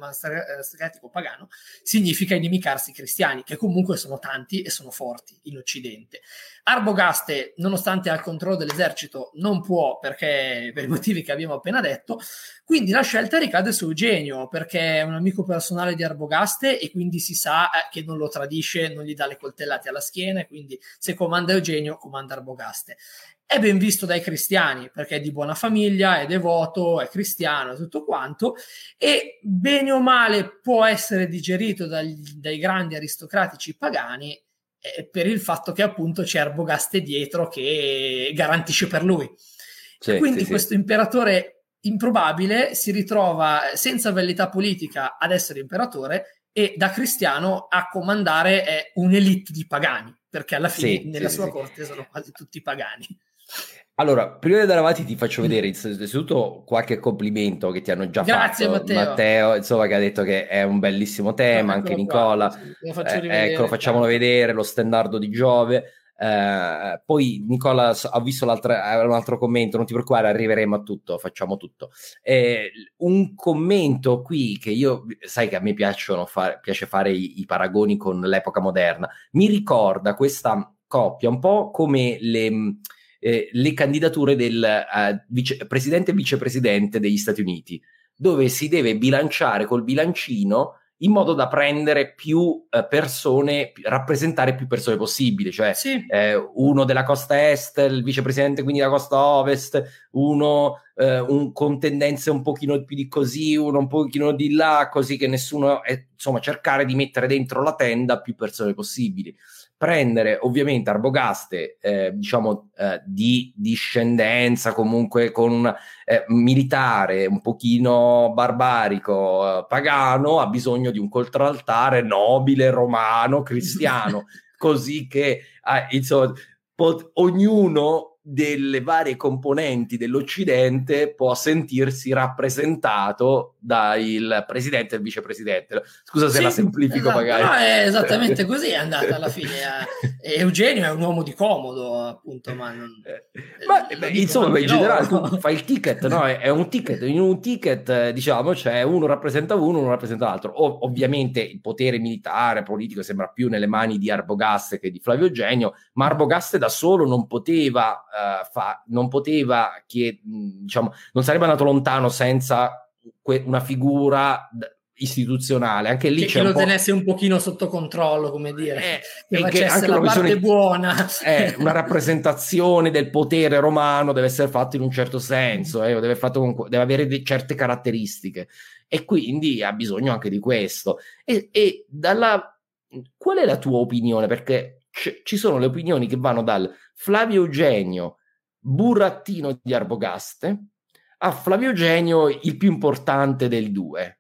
pagano significa inimicarsi i cristiani, che comunque sono tanti e sono forti in Occidente. Arbogaste, nonostante ha il controllo dell'esercito, non può, perché per i motivi che abbiamo appena detto, quindi la scelta ricade su Eugenio, perché è un amico personale di Arbogaste e quindi si sa che non lo tradisce, non gli dà le coltellate alla schiena, e quindi se comanda Eugenio, comanda Arbogaste. È ben visto dai cristiani, perché è di buona famiglia, è devoto, è cristiano e tutto quanto, e bene o male può essere digerito dai grandi aristocratici pagani, per il fatto che appunto c'è Arbogaste dietro che garantisce per lui. Sì, quindi questo imperatore improbabile si ritrova senza velleità politica ad essere imperatore e da cristiano a comandare un'elite di pagani, perché alla fine nella sua corte sono quasi tutti pagani. Allora, prima di andare avanti ti faccio vedere innanzitutto qualche complimento che ti hanno già Grazie, fatto Matteo, insomma, che ha detto che è un bellissimo tema, anche Nicola, ecco, facciamolo vedere, lo stendardo di Giove. Poi Nicola, ho visto un altro commento, non ti preoccupare, arriveremo a tutto, facciamo tutto. Un commento qui che io, sai che a me piace fare i paragoni con l'epoca moderna, mi ricorda questa coppia un po' come le candidature del presidente e vicepresidente degli Stati Uniti, dove si deve bilanciare col bilancino in modo da prendere più persone, rappresentare più persone possibili, cioè uno della costa est, il vicepresidente quindi della costa ovest, uno con tendenze un pochino più di così, uno un pochino di là, così che nessuno, insomma, cercare di mettere dentro la tenda più persone possibili. Prendere ovviamente Arbogaste, di discendenza comunque con un militare un pochino barbarico, pagano, ha bisogno di un contraltare nobile, romano, cristiano, così che insomma ognuno delle varie componenti dell'Occidente può sentirsi rappresentato dal presidente e il vicepresidente. Scusa se la semplifico, esatto, magari. No, è esattamente così, è andata alla fine. Eugenio è un uomo di comodo, appunto, ma insomma, in generale tu fai il ticket, no? È un ticket, in un ticket diciamo c'è uno rappresenta uno rappresenta l'altro. Ovviamente il potere militare, politico sembra più nelle mani di Arbogaste che di Flavio Eugenio, ma Arbogaste da solo non poteva diciamo, non sarebbe andato lontano senza una figura istituzionale. Anche lì che lo tenesse un pochino sotto controllo, come dire, che facesse anche la parte buona. Una rappresentazione del potere romano deve essere fatta in un certo senso, deve avere certe caratteristiche, e quindi ha bisogno anche di questo. Qual è la tua opinione? Perché ci sono le opinioni che vanno dal Flavio Eugenio burattino di Arbogaste a Flavio Eugenio il più importante del due.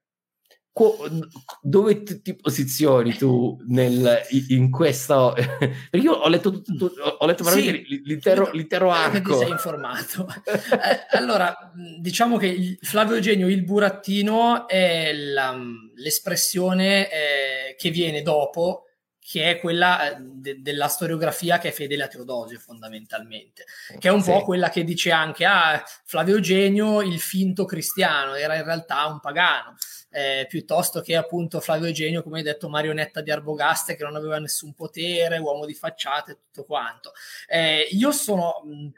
Dove ti posizioni tu in questo? Perché io ho letto veramente l'intero arco. Ti sei informato. Allora, diciamo che Flavio Eugenio il burattino è l'espressione che viene dopo, che è quella della storiografia che è fedele a Teodosio, fondamentalmente, che è un po' quella che dice anche Flavio Eugenio il finto cristiano, era in realtà un pagano, piuttosto che appunto Flavio Eugenio, come hai detto, marionetta di Arbogaste che non aveva nessun potere, uomo di facciata e tutto quanto. Io sono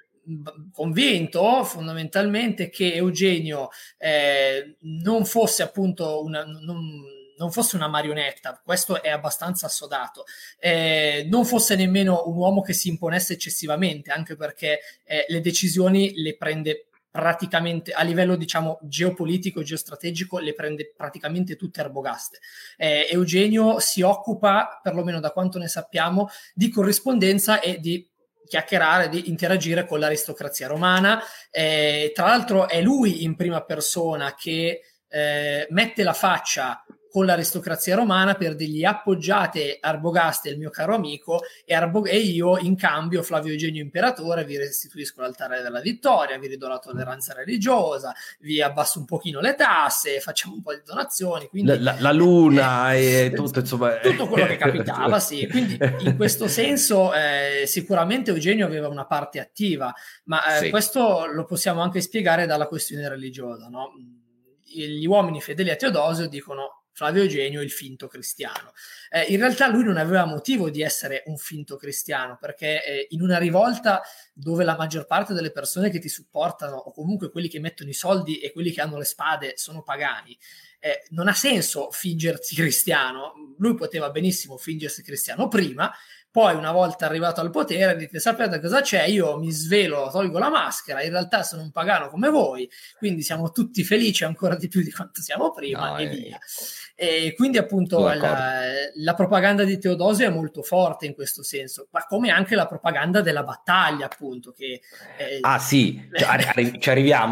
convinto fondamentalmente che Eugenio non fosse appunto non fosse una marionetta, questo è abbastanza assodato, non fosse nemmeno un uomo che si imponesse eccessivamente, anche perché le decisioni le prende praticamente a livello, diciamo, geopolitico e geostrategico, le prende praticamente tutte Arbogaste. Eugenio si occupa, perlomeno da quanto ne sappiamo, di corrispondenza e di chiacchierare, di interagire con l'aristocrazia romana. Tra l'altro è lui in prima persona che mette la faccia con l'aristocrazia romana per dirgli: appoggiate Arbogaste, il mio caro amico, e io in cambio, Flavio Eugenio imperatore, vi restituisco l'altare della vittoria, vi ridò la tolleranza religiosa, vi abbasso un pochino le tasse, facciamo un po' di donazioni, quindi la luna e tutto, insomma, tutto quello che capitava, sì. Quindi in questo senso sicuramente Eugenio aveva una parte attiva, ma questo lo possiamo anche spiegare dalla questione religiosa, no? Gli uomini fedeli a Teodosio dicono Flavio Eugenio il finto cristiano. In realtà lui non aveva motivo di essere un finto cristiano, perché in una rivolta dove la maggior parte delle persone che ti supportano, o comunque quelli che mettono i soldi e quelli che hanno le spade, sono pagani, non ha senso fingersi cristiano. Lui poteva benissimo fingersi cristiano prima, poi una volta arrivato al potere dite: sapete cosa c'è? Io mi svelo, tolgo la maschera, in realtà sono un pagano come voi, quindi siamo tutti felici ancora di più di quanto siamo prima, e via. E quindi appunto la propaganda di Teodosio è molto forte in questo senso, ma come anche la propaganda della battaglia, appunto, che sì, ci arriviamo,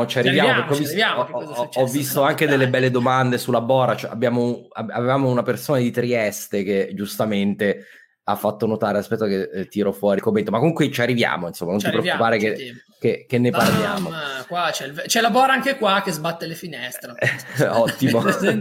ho visto anche delle belle domande sulla Bora, cioè avevamo una persona di Trieste che giustamente ha fatto notare, aspetta che tiro fuori il commento, ma comunque ci arriviamo, insomma, non ti preoccupare che ne parliamo. Qua c'è la Bora anche qua che sbatte le finestre. Ottimo.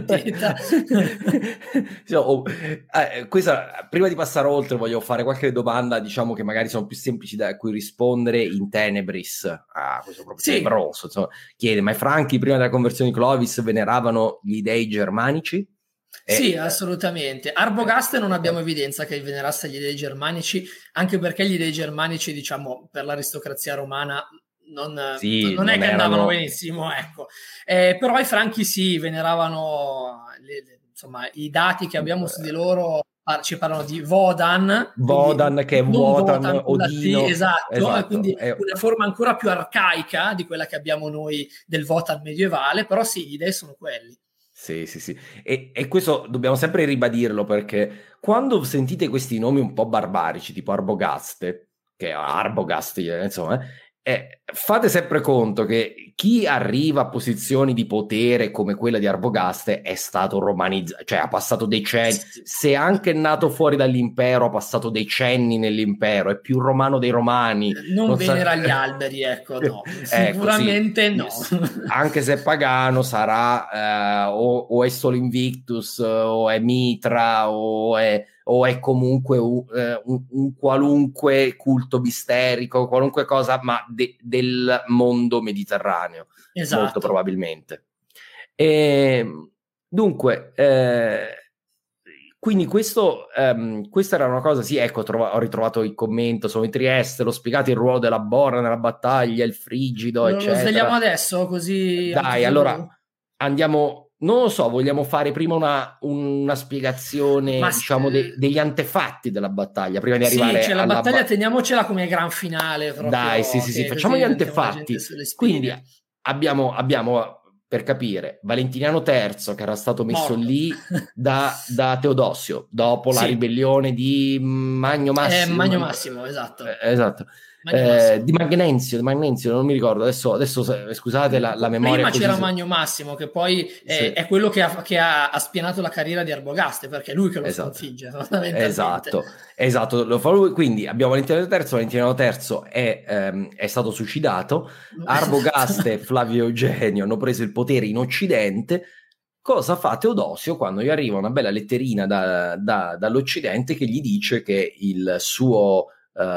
Questa, prima di passare oltre, voglio fare qualche domanda, diciamo, che magari sono più semplici da cui rispondere in tenebris. Questo proprio tenebroso, insomma. Chiede: ma i Franchi prima della conversione di Clovis veneravano gli dei germanici? Sì, assolutamente. Arbogaste non abbiamo evidenza che venerasse gli dei germanici, anche perché gli dei germanici, diciamo, per l'aristocrazia romana non è che andavano benissimo, ecco. Però i Franchi sì, veneravano, insomma, i dati che abbiamo su di loro ci parlano di Wodan, che è Wodan, Odino, esatto, quindi una forma ancora più arcaica di quella che abbiamo noi del Wotan medievale, però sì, gli dei sono quelli. Sì. E questo dobbiamo sempre ribadirlo, perché quando sentite questi nomi un po' barbarici, tipo Arbogast, insomma, fate sempre conto che chi arriva a posizioni di potere come quella di Arbogaste è stato romanizzato, cioè ha passato decenni, se anche è nato fuori dall'impero ha passato decenni nell'impero, è più romano dei romani, non venera gli alberi, ecco, no, sicuramente no, anche se è pagano sarà o è solo Invictus o è Mitra o è comunque un qualunque culto misterico, qualunque cosa, ma del mondo mediterraneo, esatto. Molto probabilmente. Dunque, quindi questa era una cosa, sì, ecco, ho ritrovato il commento, sono in Trieste, l'ho spiegato il ruolo della Borra nella battaglia, il frigido, eccetera. Lo svegliamo adesso, così... Dai, allora, andiamo... Non lo so, vogliamo fare prima una spiegazione, diciamo, degli antefatti della battaglia, prima di arrivare cioè la battaglia teniamocela come gran finale. Proprio, dai, sì, facciamo gli antefatti. Quindi abbiamo, per capire, Valentiniano III, che era stato messo lì da Teodosio, dopo la ribellione di Magno Massimo. Magno Massimo, esatto. Esatto. Di Magnenzio, non mi ricordo adesso scusate la memoria. Prima c'era Magno Massimo, che poi è quello che ha spianato la carriera di Arbogaste, perché è lui che lo sconfigge esatto, lo fa lui. Quindi abbiamo Valentiniano III è stato suicidato, Arbogaste e Flavio Eugenio hanno preso il potere in Occidente. Cosa fa Teodosio quando gli arriva una bella letterina dall'Occidente che gli dice che il suo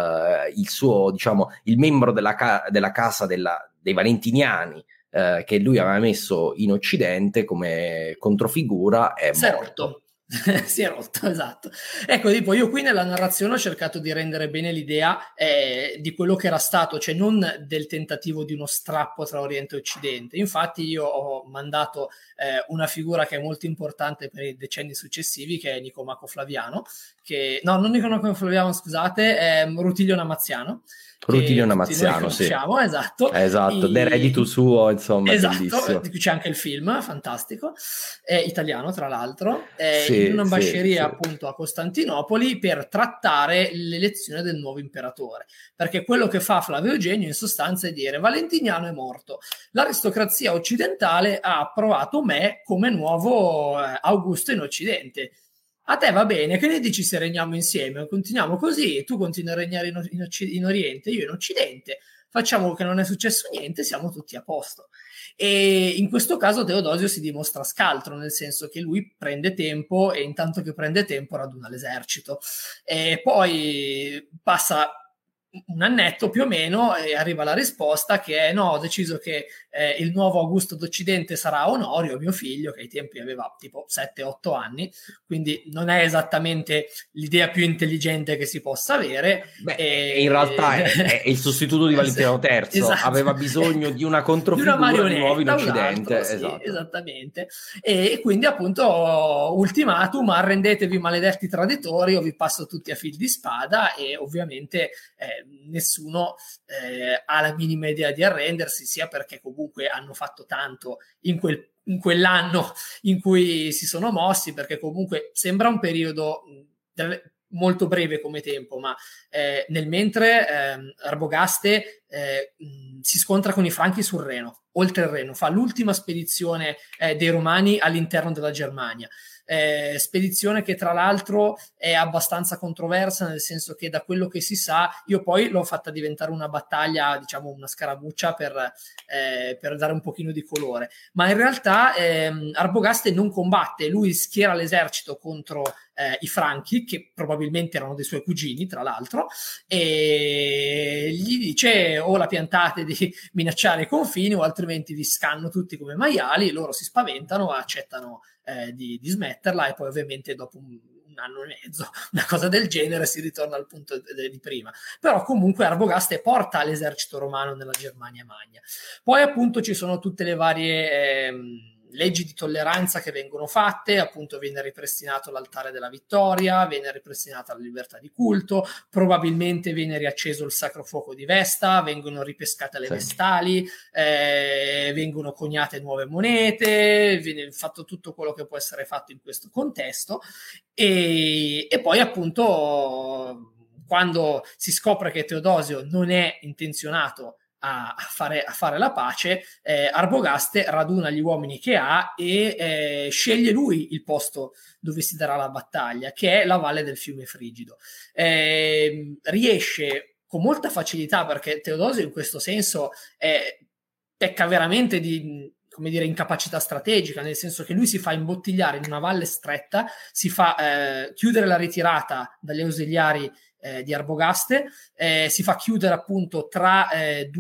diciamo il membro della casa dei Valentiniani che lui aveva messo in Occidente come controfigura è morto. Si è rotto, esatto. Ecco, tipo, io qui nella narrazione ho cercato di rendere bene l'idea di quello che era stato, cioè non del tentativo di uno strappo tra Oriente e Occidente. Infatti io ho mandato una figura che è molto importante per i decenni successivi, che è Nicomaco Flaviano, non Nicomaco Flaviano, scusate, è Rutilio Namaziano. Rutilio Namaziano, sì. Esatto. D'eredito suo, insomma, esatto, di cui c'è anche il film, fantastico, è italiano tra l'altro, in un'ambasceria appunto a Costantinopoli per trattare l'elezione del nuovo imperatore, perché quello che fa Flavio Eugenio in sostanza è dire: Valentiniano è morto, l'aristocrazia occidentale ha approvato me come nuovo Augusto in Occidente. A te va bene, che ne dici se regniamo insieme? Continuiamo così, tu continui a regnare in Oriente, io in Occidente, facciamo che non è successo niente, siamo tutti a posto. E in questo caso Teodosio si dimostra scaltro, nel senso che lui prende tempo e intanto che prende tempo raduna l'esercito. E poi passa un annetto più o meno e arriva la risposta che è: no, ho deciso che il nuovo Augusto d'Occidente sarà Onorio, mio figlio, che ai tempi aveva tipo 7-8 anni, quindi non è esattamente l'idea più intelligente che si possa avere. In realtà è il sostituto di Valentiniano III, esatto. Aveva bisogno di una controfigura di nuovo in Occidente. Esatto. Esattamente. E quindi appunto ultimatum: arrendetevi maledetti traditori o vi passo tutti a fil di spada. E ovviamente nessuno ha la minima idea di arrendersi, sia perché comunque hanno fatto tanto in quell'anno in cui si sono mossi, perché comunque sembra un periodo molto breve come tempo, ma nel mentre Arbogaste si scontra con i Franchi sul Reno, oltre il Reno, fa l'ultima spedizione dei Romani all'interno della Germania. Spedizione che tra l'altro è abbastanza controversa, nel senso che da quello che si sa, io poi l'ho fatta diventare una battaglia, diciamo una scaramuccia per dare un pochino di colore, ma in realtà Arbogaste non combatte, lui schiera l'esercito contro i Franchi, che probabilmente erano dei suoi cugini tra l'altro, e gli dice: o la piantate di minacciare i confini o altrimenti vi scanno tutti come maiali. Loro si spaventano, accettano di smetterla, e poi ovviamente dopo un anno e mezzo, una cosa del genere, si ritorna al punto di prima. Però comunque Arbogaste porta l'esercito romano nella Germania Magna. Poi appunto ci sono tutte le varie leggi di tolleranza che vengono fatte, appunto viene ripristinato l'altare della vittoria, viene ripristinata la libertà di culto, probabilmente viene riacceso il sacro fuoco di Vesta, vengono ripescate le vestali, vengono coniate nuove monete, viene fatto tutto quello che può essere fatto in questo contesto, e poi appunto quando si scopre che Teodosio non è intenzionato a fare la pace, Arbogaste raduna gli uomini che ha e sceglie lui il posto dove si darà la battaglia, che è la valle del fiume Frigido. Riesce con molta facilità, perché Teodosio in questo senso pecca veramente di, come dire, incapacità strategica, nel senso che lui si fa imbottigliare in una valle stretta, si fa chiudere la ritirata dagli ausiliari di Arbogaste, si fa chiudere appunto tra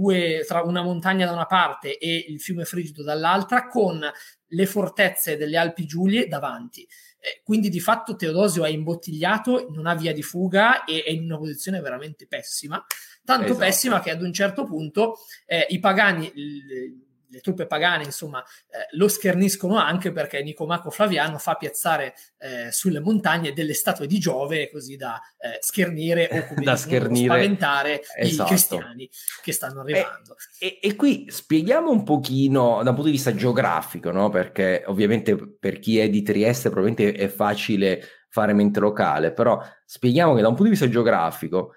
una montagna da una parte e il fiume Frigido dall'altra, con le fortezze delle Alpi Giulie davanti. Quindi di fatto Teodosio è imbottigliato, non ha via di fuga e è in una posizione veramente pessima, tanto pessima che ad un certo punto i pagani, le truppe pagane, insomma, lo scherniscono, anche perché Nicomaco Flaviano fa piazzare sulle montagne delle statue di Giove, così da schernire o come spaventare i cristiani che stanno arrivando. E qui spieghiamo un pochino da un punto di vista geografico, no? Perché ovviamente per chi è di Trieste probabilmente è facile fare mente locale, però spieghiamo che da un punto di vista geografico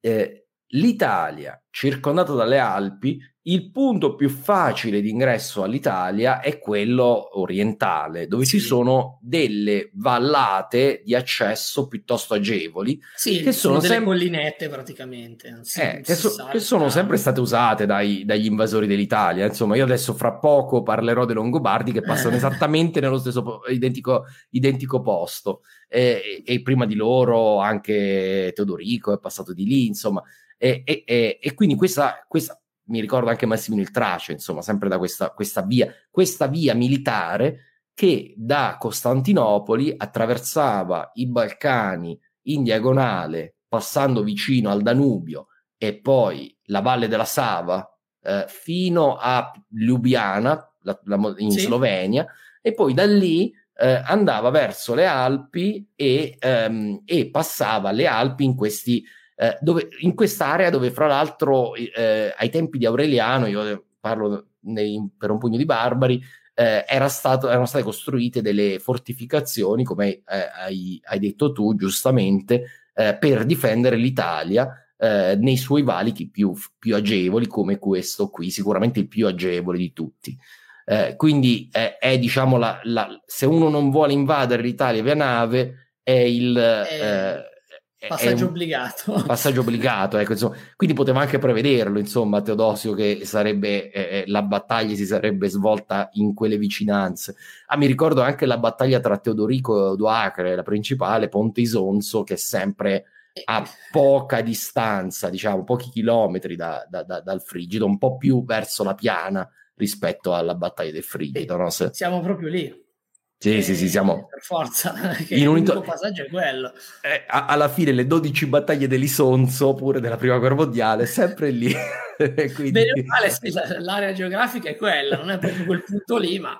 l'Italia, circondata dalle Alpi, il punto più facile di ingresso all'Italia è quello orientale, dove ci sono delle vallate di accesso piuttosto agevoli, che sono delle collinette praticamente, che sono sempre state usate dagli invasori dell'Italia. Insomma, io adesso fra poco parlerò dei Longobardi, che passano esattamente nello stesso identico posto, e prima di loro anche Teodorico è passato di lì, insomma, e quindi questa mi ricordo anche Massimino il Trace, insomma, sempre da questa via militare che da Costantinopoli attraversava i Balcani in diagonale, passando vicino al Danubio e poi la Valle della Sava fino a Ljubljana in Slovenia, e poi da lì andava verso le Alpi e passava le Alpi in quest'area dove, fra l'altro, ai tempi di Aureliano, io parlo per un pugno di barbari, erano state costruite delle fortificazioni, come hai detto tu giustamente, per difendere l'Italia nei suoi valichi più agevoli, come questo qui, sicuramente il più agevole di tutti. Quindi è diciamo se uno non vuole invadere l'Italia via nave, è il passaggio obbligato. Passaggio obbligato, ecco, insomma. Quindi poteva anche prevederlo, insomma, Teodosio, che la battaglia si sarebbe svolta in quelle vicinanze. Mi ricordo anche la battaglia tra Teodorico e Odoacre, la principale, Ponte Isonzo, che è sempre a poca distanza, diciamo, pochi chilometri dal Frigido, un po' più verso la piana rispetto alla battaglia del Frigido, no? Siamo proprio lì. Sì, siamo per forza, che l'unico passaggio è quello. Alla fine le 12 battaglie dell'Isonzo, oppure della prima guerra mondiale, sempre lì. Quindi... Bene o male, l'area geografica è quella, non è proprio quel punto lì, ma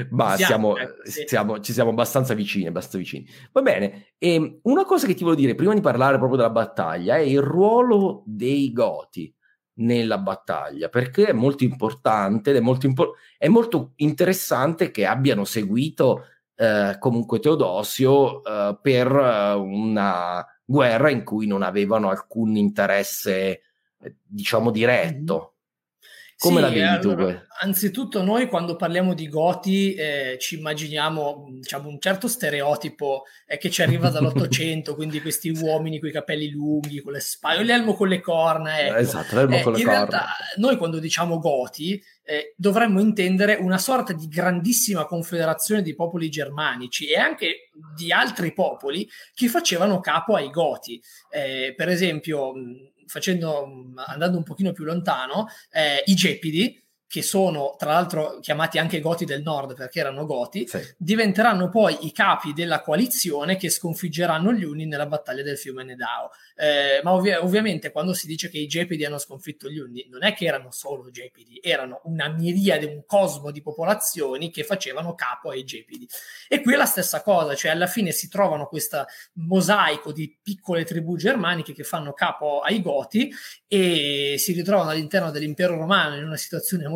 ci siamo abbastanza vicini. Va bene, e una cosa che ti volevo dire prima di parlare proprio della battaglia è il ruolo dei Goti nella battaglia, perché è molto importante ed è molto interessante che abbiano seguito comunque Teodosio per una guerra in cui non avevano alcun interesse diciamo diretto. Come la vedi tu? Anzitutto noi quando parliamo di Goti ci immaginiamo, diciamo, un certo stereotipo che ci arriva dall'Ottocento, quindi questi uomini con i capelli lunghi, con le spade, l'elmo con le corna. Ecco. Esatto, l'elmo con le corna. In realtà noi quando diciamo Goti dovremmo intendere una sorta di grandissima confederazione di popoli germanici e anche di altri popoli che facevano capo ai Goti. Per esempio, andando un pochino più lontano, i Gepidi, che sono tra l'altro chiamati anche Goti del Nord perché erano Goti, diventeranno poi i capi della coalizione che sconfiggeranno gli Unni nella battaglia del fiume Nedao. Ma ovviamente quando si dice che i Gepidi hanno sconfitto gli Unni, non è che erano solo Gepidi, erano una miriade, un cosmo di popolazioni che facevano capo ai Gepidi. E qui è la stessa cosa, cioè alla fine si trovano questo mosaico di piccole tribù germaniche che fanno capo ai Goti e si ritrovano all'interno dell'impero romano in una situazione molto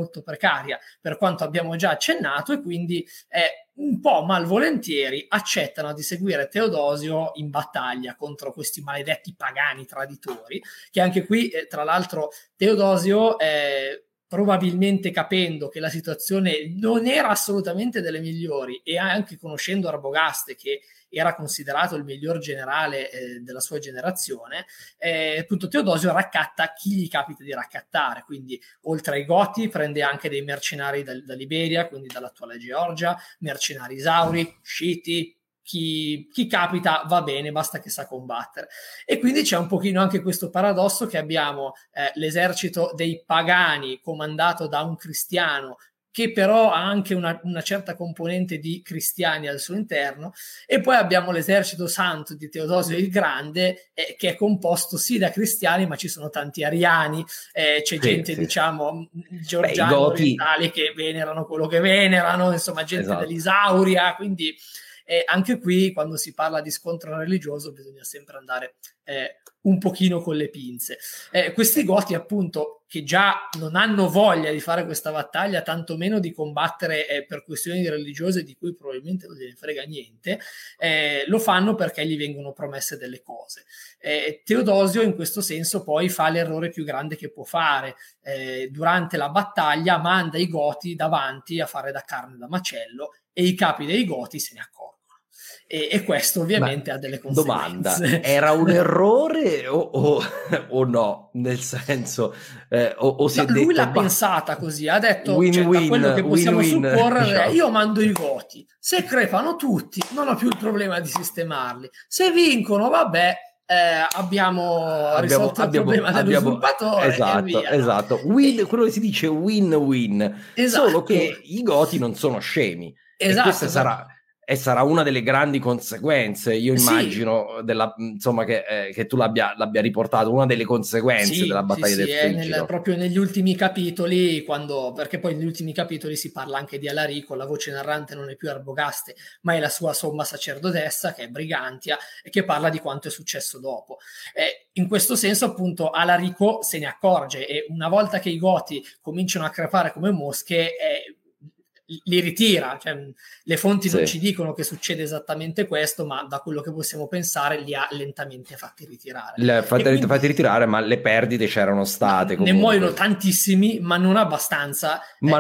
molto precaria, per quanto abbiamo già accennato, e quindi un po' malvolentieri accettano di seguire Teodosio in battaglia contro questi maledetti pagani traditori, che anche qui, tra l'altro, Teodosio probabilmente capendo che la situazione non era assolutamente delle migliori, e anche conoscendo Arbogaste, che era considerato il miglior generale della sua generazione, appunto Teodosio raccatta chi gli capita di raccattare, quindi oltre ai Goti prende anche dei mercenari da Liberia, quindi dall'attuale Georgia, mercenari Isauri, Sciti, chi capita va bene, basta che sa combattere. E quindi c'è un pochino anche questo paradosso che abbiamo l'esercito dei pagani comandato da un cristiano, che però ha anche una certa componente di cristiani al suo interno, e poi abbiamo l'esercito santo di Teodosio il Grande, che è composto sì da cristiani, ma ci sono tanti ariani, c'è gente diciamo georgiani, orientali, che venerano quello che venerano, insomma gente dell'Isauria, quindi anche qui quando si parla di scontro religioso bisogna sempre andare un pochino con le pinze. Questi Goti appunto, che già non hanno voglia di fare questa battaglia, tantomeno di combattere per questioni religiose di cui probabilmente non gliene frega niente, lo fanno perché gli vengono promesse delle cose. Teodosio in questo senso poi fa l'errore più grande che può fare. Durante la battaglia manda i Goti davanti a fare da carne da macello, e i capi dei Goti se ne accorgono. E questo ovviamente ha delle conseguenze. Domanda, era un errore o no? Nel senso, o si è lui detto, l'ha pensata così, ha detto, win-win, da quello che possiamo supporre, diciamo. Io mando i Goti, se crepano tutti non ho più il problema di sistemarli, se vincono vabbè, abbiamo risolto il problema dell'usurpatore. Esatto. Quello che si dice win-win, solo che i Goti non sono scemi, e questa sarà una delle grandi conseguenze, io immagino, insomma, che tu l'abbia riportato, una delle conseguenze della battaglia del Frigido. Proprio negli ultimi capitoli, perché poi negli ultimi capitoli si parla anche di Alarico, la voce narrante non è più Arbogaste, ma è la sua somma sacerdotessa, che è Brigantia, e che parla di quanto è successo dopo. In questo senso, appunto, Alarico se ne accorge, e una volta che i Goti cominciano a crepare come mosche, li ritira, cioè, le fonti non ci dicono che succede esattamente questo, ma da quello che possiamo pensare li ha lentamente fatti ritirare. Fatti ritirare, ma le perdite c'erano state. Ne muoiono tantissimi, ma non abbastanza.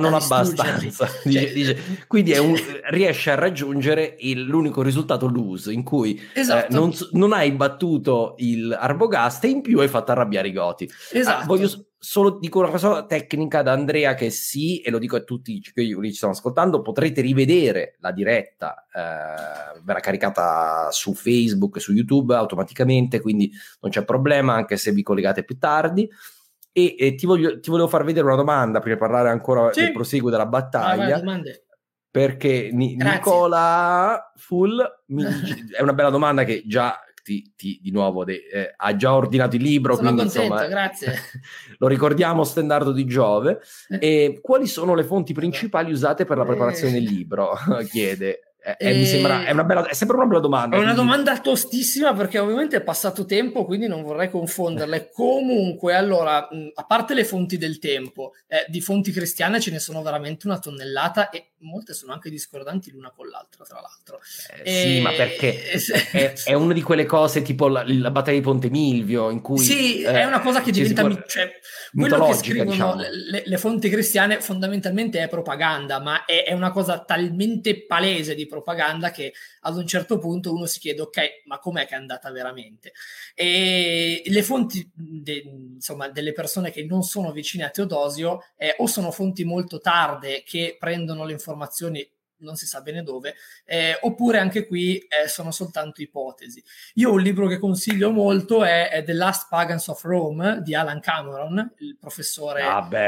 Dice, quindi riesce a raggiungere l'unico risultato lose, in cui non hai battuto il Arbogaste, in più hai fatto arrabbiare i Goti. Voglio solo dico una cosa tecnica da Andrea, che sì, e lo dico a tutti che ci stanno ascoltando, potrete rivedere la diretta, verrà caricata su Facebook e su YouTube automaticamente, quindi non c'è problema anche se vi collegate più tardi. E ti volevo far vedere una domanda prima di parlare ancora del proseguo della battaglia, perché Nicola Full è una bella domanda che già di nuovo ha già ordinato il libro. Sono quindi contento, insomma grazie. Lo ricordiamo, Stendardo di Giove. E quali sono le fonti principali usate per la preparazione del libro? Chiede. Mi sembra è sempre una bella domanda. È una domanda tostissima, perché ovviamente è passato tempo, quindi non vorrei confonderle. Comunque, allora, a parte le fonti del tempo, di fonti cristiane ce ne sono veramente una tonnellata, e molte sono anche discordanti l'una con l'altra, tra l'altro. Sì, ma perché è una di quelle cose tipo la battaglia di Ponte Milvio, in cui è una cosa che diventa quello che scrivono, diciamo. le fonti cristiane fondamentalmente è propaganda, ma è una cosa talmente palese di propaganda che ad un certo punto uno si chiede: ok, ma com'è che è andata veramente? E le fonti insomma delle persone che non sono vicine a Teodosio o sono fonti molto tarde che prendono le informazioni non si sa bene dove, oppure anche qui sono soltanto ipotesi. Io un libro che consiglio molto è The Last Pagans of Rome di Alan Cameron, il professore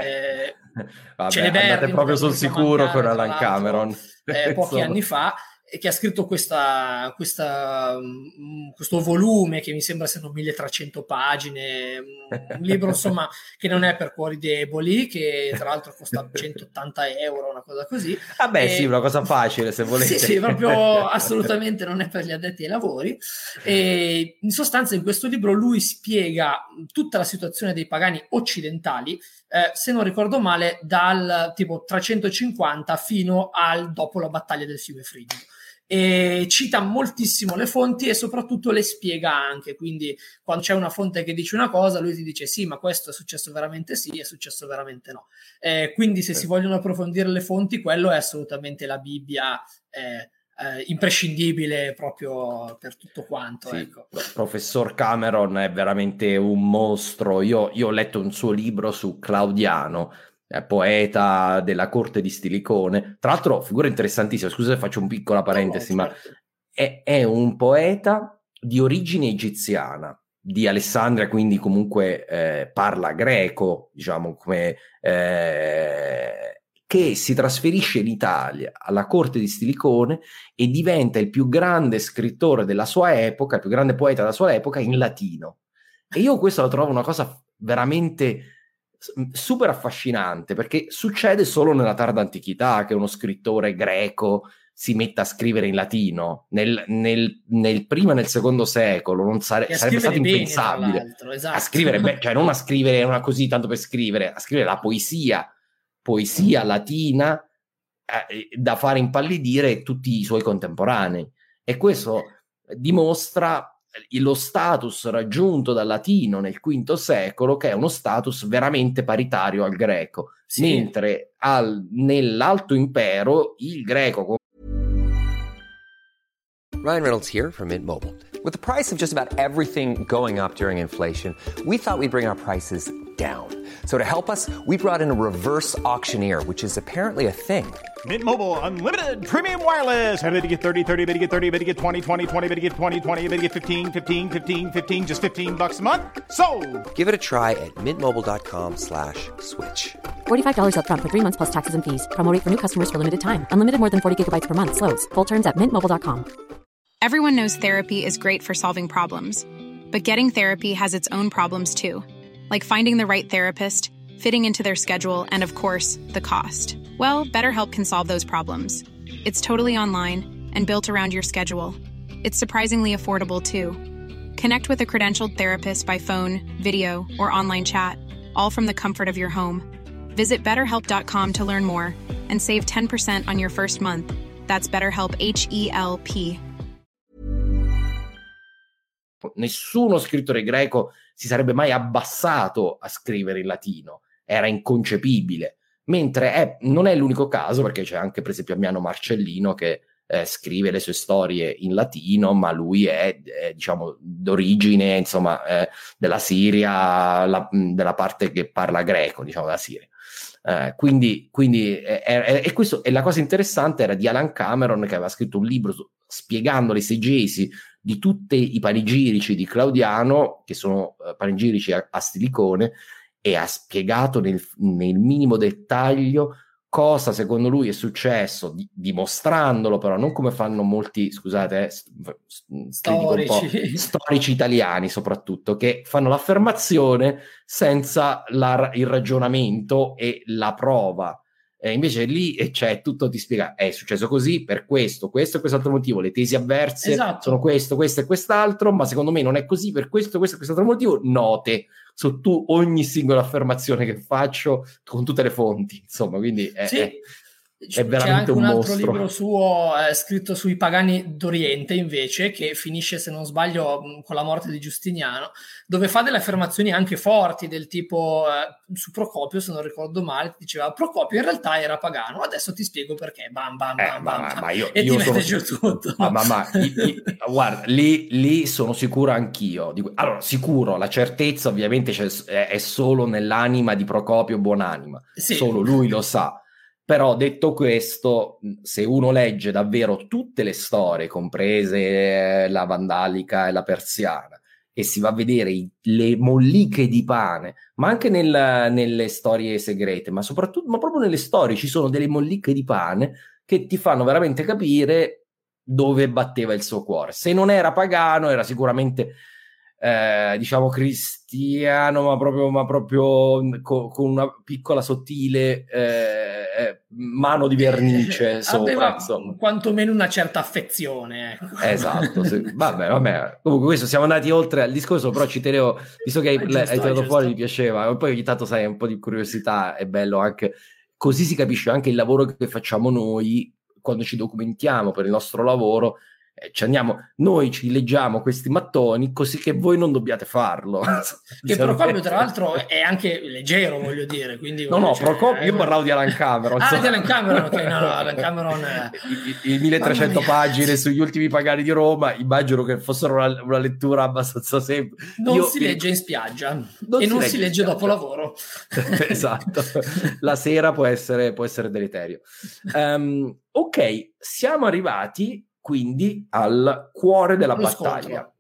andate proprio sul sicuro con Alan Cameron pochi anni fa, che ha scritto questa questo volume che mi sembra siano 1300 pagine, un libro insomma che non è per cuori deboli, che tra l'altro costa 180 euro, una cosa così. Vabbè, sì, una cosa facile se volete. Sì, proprio assolutamente non è per gli addetti ai lavori. E in sostanza in questo libro lui spiega tutta la situazione dei pagani occidentali, se non ricordo male, dal tipo 350 fino al dopo la battaglia del fiume Frigido. E cita moltissimo le fonti e soprattutto le spiega anche, quindi quando c'è una fonte che dice una cosa lui ti dice sì, ma questo è successo veramente sì, è successo veramente no. Quindi se si vogliono approfondire le fonti, quello è assolutamente la Bibbia imprescindibile proprio per tutto quanto. Sì, ecco. Professor Cameron è veramente un mostro. Io ho letto un suo libro su Claudiano, poeta della corte di Stilicone. Tra l'altro, figura interessantissima. Scusa se faccio un piccola parentesi, No, ma certo. è un poeta di origine egiziana, di Alessandria, quindi comunque parla greco, diciamo, come che si trasferisce in Italia alla corte di Stilicone e diventa il più grande scrittore della sua epoca, il più grande poeta della sua epoca in latino. E io questo lo trovo una cosa veramente super affascinante, perché succede solo nella tarda antichità che uno scrittore greco si metta a scrivere in latino. Nel primo e nel secondo secolo non sarebbe stato impensabile. Esatto. A scrivere, cioè non a scrivere una così tanto per scrivere, a scrivere la poesia latina da fare impallidire tutti i suoi contemporanei. E questo dimostra lo status raggiunto dal latino nel V secolo, che è uno status veramente paritario al greco, sì. Mentre nell'Alto Impero il greco... Ryan Reynolds here from Mint Mobile. With the price of just about everything going up during inflation, we thought we'd bring our prices down. So to help us, we brought in a reverse auctioneer, which is apparently a thing. Mint Mobile Unlimited Premium Wireless. How to get 30, 30, how to get 30, how to get 20, 20, 20, how to get 20, 20, how to get 15, 15, 15, 15, just $15 a month? Sold! Give it a try at mintmobile.com/switch. $45 up front for 3 months plus taxes and fees. Promo rate for new customers for limited time. Unlimited more than 40 gigabytes per month. Slows full terms at mintmobile.com. Everyone knows therapy is great for solving problems, but getting therapy has its own problems too, like finding the right therapist, fitting into their schedule, and of course, the cost. Well, BetterHelp can solve those problems. It's totally online and built around your schedule. It's surprisingly affordable too. Connect with a credentialed therapist by phone, video, or online chat, all from the comfort of your home. Visit BetterHelp.com to learn more and save 10% on your first month. That's BetterHelp, H-E-L-P. Nessuno scrittore greco si sarebbe mai abbassato a scrivere in latino, era inconcepibile, mentre non è l'unico caso, perché c'è anche per esempio Ammiano Marcellino che scrive le sue storie in latino, ma lui è diciamo d'origine insomma della Siria, della parte che parla greco, diciamo della Siria. Quindi e questo, e la cosa interessante era di Alan Cameron, che aveva scritto un libro spiegando l'esegesi di tutti i panegirici di Claudiano, che sono panegirici a Stilicone, e ha spiegato nel minimo dettaglio cosa secondo lui è successo, dimostrandolo però non come fanno molti, scusate, storici italiani soprattutto, che fanno l'affermazione senza il ragionamento e la prova. Invece lì c'è tutto, ti spiega, è successo così per questo e quest'altro motivo, le tesi avverse sono questo e quest'altro, ma secondo me non è così per questo e quest'altro motivo, note su ogni singola affermazione che faccio con tutte le fonti, insomma, quindi è veramente c'è anche un altro mostro. Libro suo scritto sui pagani d'Oriente invece, che finisce, se non sbaglio, con la morte di Giustiniano, dove fa delle affermazioni anche forti del tipo su Procopio, se non ricordo male, diceva Procopio in realtà era pagano, adesso ti spiego perché, bam bam bam bam, ma io ti mette giù tutto. Guarda, lì sono sicuro anch'io. Allora, sicuro, la certezza ovviamente è solo nell'anima di Procopio Buonanima, sì. Solo lui lo sa. Però detto questo, se uno legge davvero tutte le storie, comprese la vandalica e la persiana, e si va a vedere le molliche di pane, ma anche nelle storie segrete, ma soprattutto, ma proprio nelle storie ci sono delle molliche di pane che ti fanno veramente capire dove batteva il suo cuore. Se non era pagano, era sicuramente diciamo cristiano, ma proprio con una piccola sottile mano di vernice sopra, aveva insomma. Quantomeno una certa affezione, ecco. Esatto, vabbè. Comunque questo siamo andati oltre al discorso, però ci tenevo, visto che hai tirato fuori, mi piaceva, e poi ogni tanto sai, un po' di curiosità è bello anche, così si capisce anche il lavoro che facciamo noi quando ci documentiamo per il nostro lavoro. Noi ci leggiamo questi mattoni così che voi non dobbiate farlo. Che Procopio tra l'altro è anche leggero, voglio dire, quindi Procopio, io parlavo di Alan Cameron. Di Alan Cameron, ok, no, Alan Cameron i 1300 pagine sugli ultimi pagani di Roma, immagino che fossero una lettura abbastanza semplice. Non si legge in spiaggia e non si legge dopo lavoro. Esatto, la sera può essere deleterio. Ok, siamo arrivati quindi al cuore della battaglia.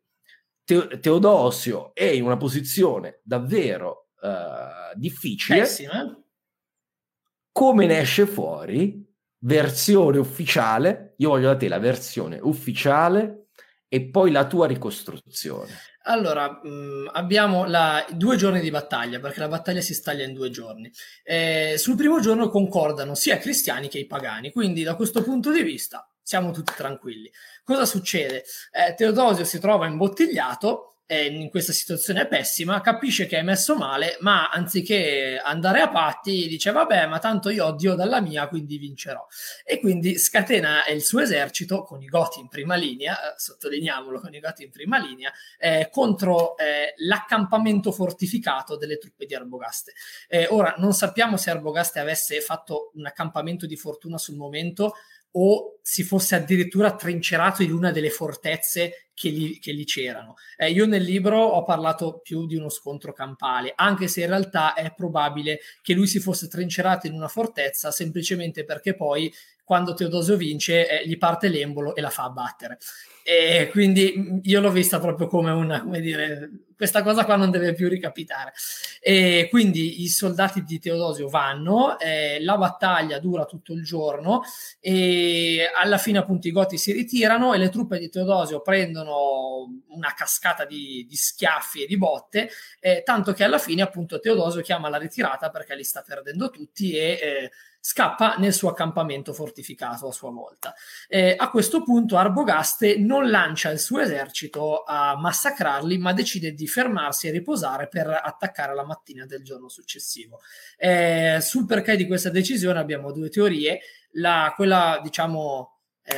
Teodosio è in una posizione davvero difficile. Pessima. Come ne esce fuori? Versione ufficiale. Io voglio da te la versione ufficiale e poi la tua ricostruzione. Allora, abbiamo 2 giorni di battaglia, perché la battaglia si staglia in 2 giorni. Sul primo giorno concordano sia i cristiani che i pagani, quindi da questo punto di vista siamo tutti tranquilli. Cosa succede? Teodosio si trova imbottigliato, in questa situazione pessima, capisce che è messo male, ma anziché andare a patti dice vabbè, ma tanto io ho Dio dalla mia, quindi vincerò. E quindi scatena il suo esercito con i Goti in prima linea, sottolineiamolo, con i Goti in prima linea, contro l'accampamento fortificato delle truppe di Arbogaste. Ora, non sappiamo se Arbogaste avesse fatto un accampamento di fortuna sul momento o si fosse addirittura trincerato in una delle fortezze che lì c'erano. Io nel libro ho parlato più di uno scontro campale, anche se in realtà è probabile che lui si fosse trincerato in una fortezza semplicemente perché poi quando Teodosio vince gli parte l'embolo e la fa abbattere. E quindi io l'ho vista proprio come questa cosa qua non deve più ricapitare. E quindi i soldati di Teodosio vanno, la battaglia dura tutto il giorno e alla fine appunto i Goti si ritirano e le truppe di Teodosio prendono una cascata di schiaffi e di botte, tanto che alla fine appunto Teodosio chiama la ritirata perché li sta perdendo tutti e scappa nel suo accampamento fortificato a sua volta. A questo punto Arbogaste non lancia il suo esercito a massacrarli, ma decide di fermarsi e riposare per attaccare la mattina del giorno successivo. Sul perché di questa decisione abbiamo 2 teorie. Quella diciamo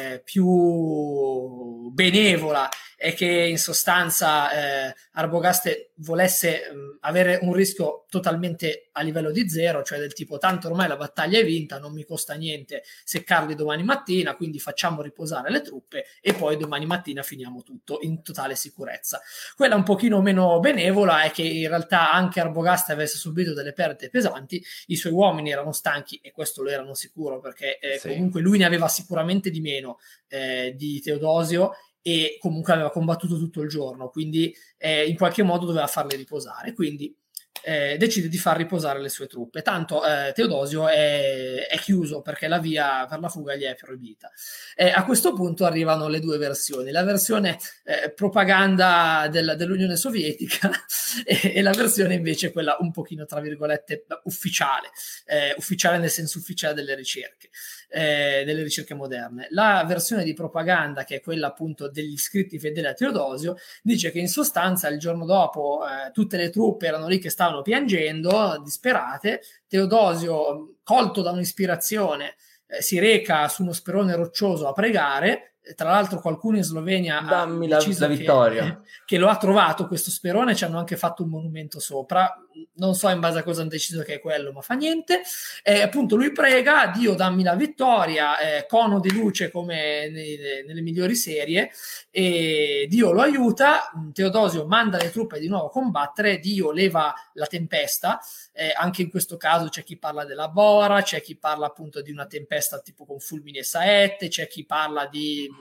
più benevola è che in sostanza Arbogaste volesse avere un rischio totalmente a livello di zero, cioè del tipo tanto ormai la battaglia è vinta, non mi costa niente seccarli domani mattina, quindi facciamo riposare le truppe e poi domani mattina finiamo tutto in totale sicurezza. Quella un pochino meno benevola è che in realtà anche Arbogaste avesse subito delle perdite pesanti, i suoi uomini erano stanchi e questo lo erano sicuro perché comunque lui ne aveva sicuramente di meno di Teodosio e comunque aveva combattuto tutto il giorno, quindi in qualche modo doveva farle riposare, quindi decide di far riposare le sue truppe, tanto Teodosio è chiuso perché la via per la fuga gli è proibita. A questo punto arrivano le 2 versioni, la versione propaganda dell'Unione Sovietica e la versione invece quella un pochino tra virgolette ufficiale nel senso ufficiale delle ricerche moderne. La versione di propaganda, che è quella appunto degli iscritti fedeli a Teodosio, dice che in sostanza il giorno dopo tutte le truppe erano lì che stavano piangendo disperate. Teodosio, colto da un'ispirazione, si reca su uno sperone roccioso a pregare. Tra l'altro qualcuno in Slovenia ha deciso la vittoria che lo ha trovato questo sperone, ci hanno anche fatto un monumento sopra, non so in base a cosa hanno deciso che è quello, ma fa niente. Appunto lui prega: Dio dammi la vittoria, cono di luce come nelle migliori serie, e Dio lo aiuta. Teodosio manda le truppe di nuovo a combattere, Dio leva la tempesta, anche in questo caso c'è chi parla della bora, c'è chi parla appunto di una tempesta tipo con fulmini e saette, c'è chi parla di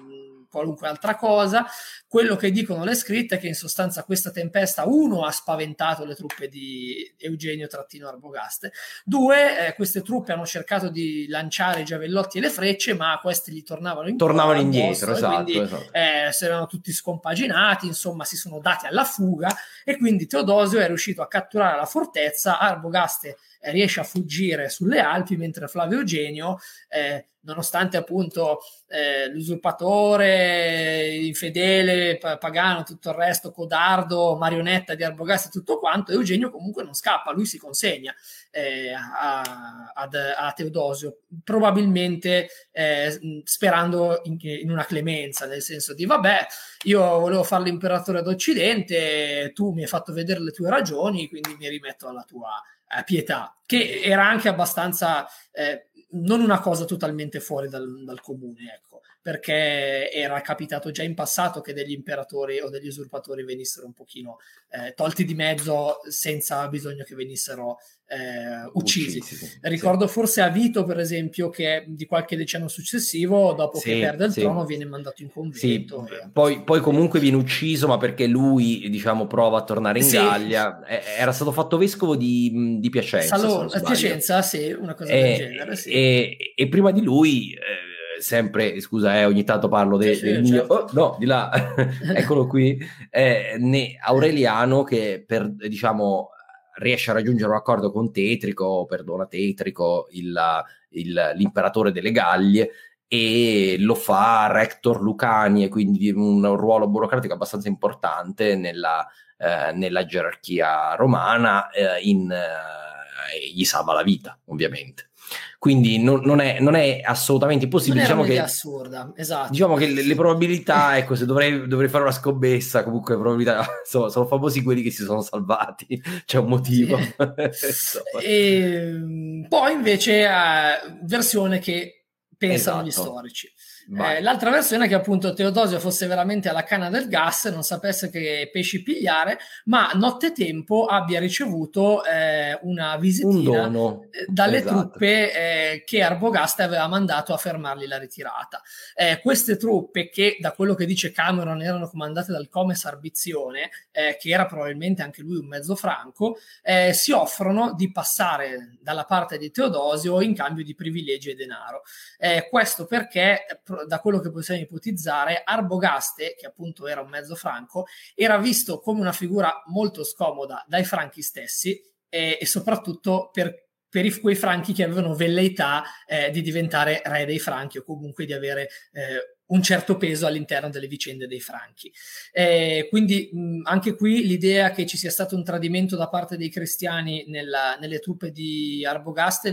qualunque altra cosa. Quello che dicono le scritte è che in sostanza questa tempesta, uno, ha spaventato le truppe di Eugenio Arbogast, due, queste truppe hanno cercato di lanciare i giavellotti e le frecce, ma questi gli tornavano indietro, esatto, quindi si erano tutti scompaginati, insomma si sono dati alla fuga, e quindi Teodosio è riuscito a catturare la fortezza. Arbogast riesce a fuggire sulle Alpi, mentre Flavio Eugenio, nonostante appunto l'usurpatore, infedele, pagano, tutto il resto, codardo, marionetta di Arbogast e tutto quanto, Eugenio comunque non scappa, lui si consegna a Teodosio, probabilmente sperando in una clemenza, nel senso di vabbè, io volevo fare l'imperatore d'Occidente, tu mi hai fatto vedere le tue ragioni, quindi mi rimetto alla tua pietà, che era anche abbastanza non una cosa totalmente fuori dal comune, ecco, perché era capitato già in passato che degli imperatori o degli usurpatori venissero un pochino tolti di mezzo senza bisogno che venissero uccisi. Ricordo forse a Vito, per esempio, che di qualche decennio successivo, dopo che perde il trono, viene mandato in convento. Poi comunque viene ucciso, ma perché lui, diciamo, prova a tornare in Gallia. Era stato fatto vescovo di Piacenza. Piacenza, sì, una cosa del genere. Sì. E prima di lui, sempre, scusa, ogni tanto parlo del mio... certo. Oh, no, di là, eccolo qui, Aureliano, che diciamo riesce a raggiungere un accordo con Tetrico, l'imperatore delle Gallie, e lo fa rector Lucani, e quindi un ruolo burocratico abbastanza importante nella gerarchia romana, gli salva la vita, ovviamente. Quindi non è assolutamente impossibile. Diciamo che è assurda, esatto. Diciamo che le probabilità, ecco, se dovrei fare una scommessa, comunque le probabilità, insomma, sono famosi quelli che si sono salvati, c'è un motivo. E poi invece versione che pensano gli storici. L'altra versione è che appunto Teodosio fosse veramente alla canna del gas, non sapesse che pesci pigliare, ma nottetempo abbia ricevuto una visitina dalle truppe che Arbogast aveva mandato a fermargli la ritirata. Queste truppe, che da quello che dice Cameron erano comandate dal comes Arbizione, che era probabilmente anche lui un mezzo franco, si offrono di passare dalla parte di Teodosio in cambio di privilegi e denaro. Questo perché, da quello che possiamo ipotizzare, Arbogaste, che appunto era un mezzo franco, era visto come una figura molto scomoda dai franchi stessi, e soprattutto per quei franchi che avevano velleità di diventare re dei franchi, o comunque di avere un certo peso all'interno delle vicende dei franchi. Quindi anche qui l'idea che ci sia stato un tradimento da parte dei cristiani nelle truppe di Arbogaste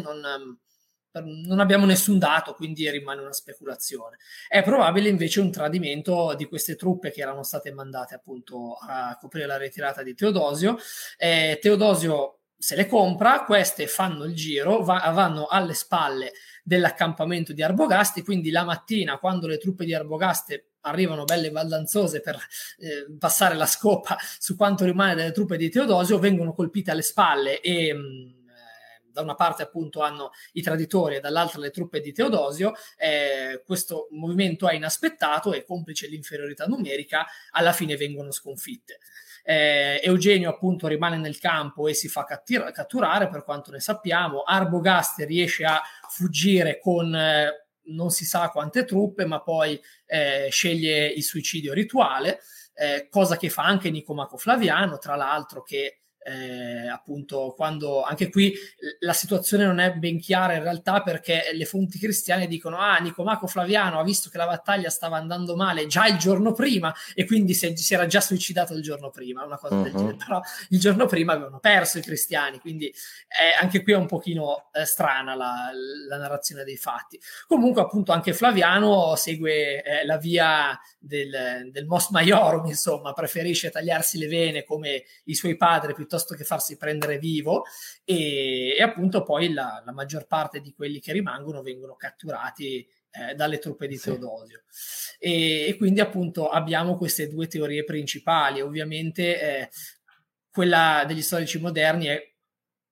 non abbiamo nessun dato, quindi rimane una speculazione. È probabile invece un tradimento di queste truppe che erano state mandate appunto a coprire la ritirata di Teodosio. Teodosio se le compra, queste fanno il giro, vanno alle spalle dell'accampamento di Arbogasti, quindi la mattina, quando le truppe di Arbogaste arrivano belle baldanzose per passare la scopa su quanto rimane delle truppe di Teodosio, vengono colpite alle spalle e da una parte appunto hanno i traditori e dall'altra le truppe di Teodosio. Questo movimento è inaspettato e, complice l'inferiorità numerica, alla fine vengono sconfitte. Eugenio appunto rimane nel campo e si fa catturare, per quanto ne sappiamo. Arbogast riesce a fuggire con non si sa quante truppe, ma poi sceglie il suicidio rituale, cosa che fa anche Nicomaco Flaviano, tra l'altro, che appunto quando anche qui la situazione non è ben chiara in realtà, perché le fonti cristiane dicono Nicomaco Flaviano ha visto che la battaglia stava andando male già il giorno prima e quindi si era già suicidato il giorno prima, una cosa del genere. Però il giorno prima avevano perso i cristiani, quindi anche qui è un pochino strana la narrazione dei fatti. Comunque appunto anche Flaviano segue la via del mos maiorum, insomma, preferisce tagliarsi le vene come i suoi padri piuttosto che farsi prendere vivo, e appunto poi la maggior parte di quelli che rimangono vengono catturati dalle truppe di Teodosio. E quindi appunto abbiamo queste due teorie principali. Ovviamente quella degli storici moderni è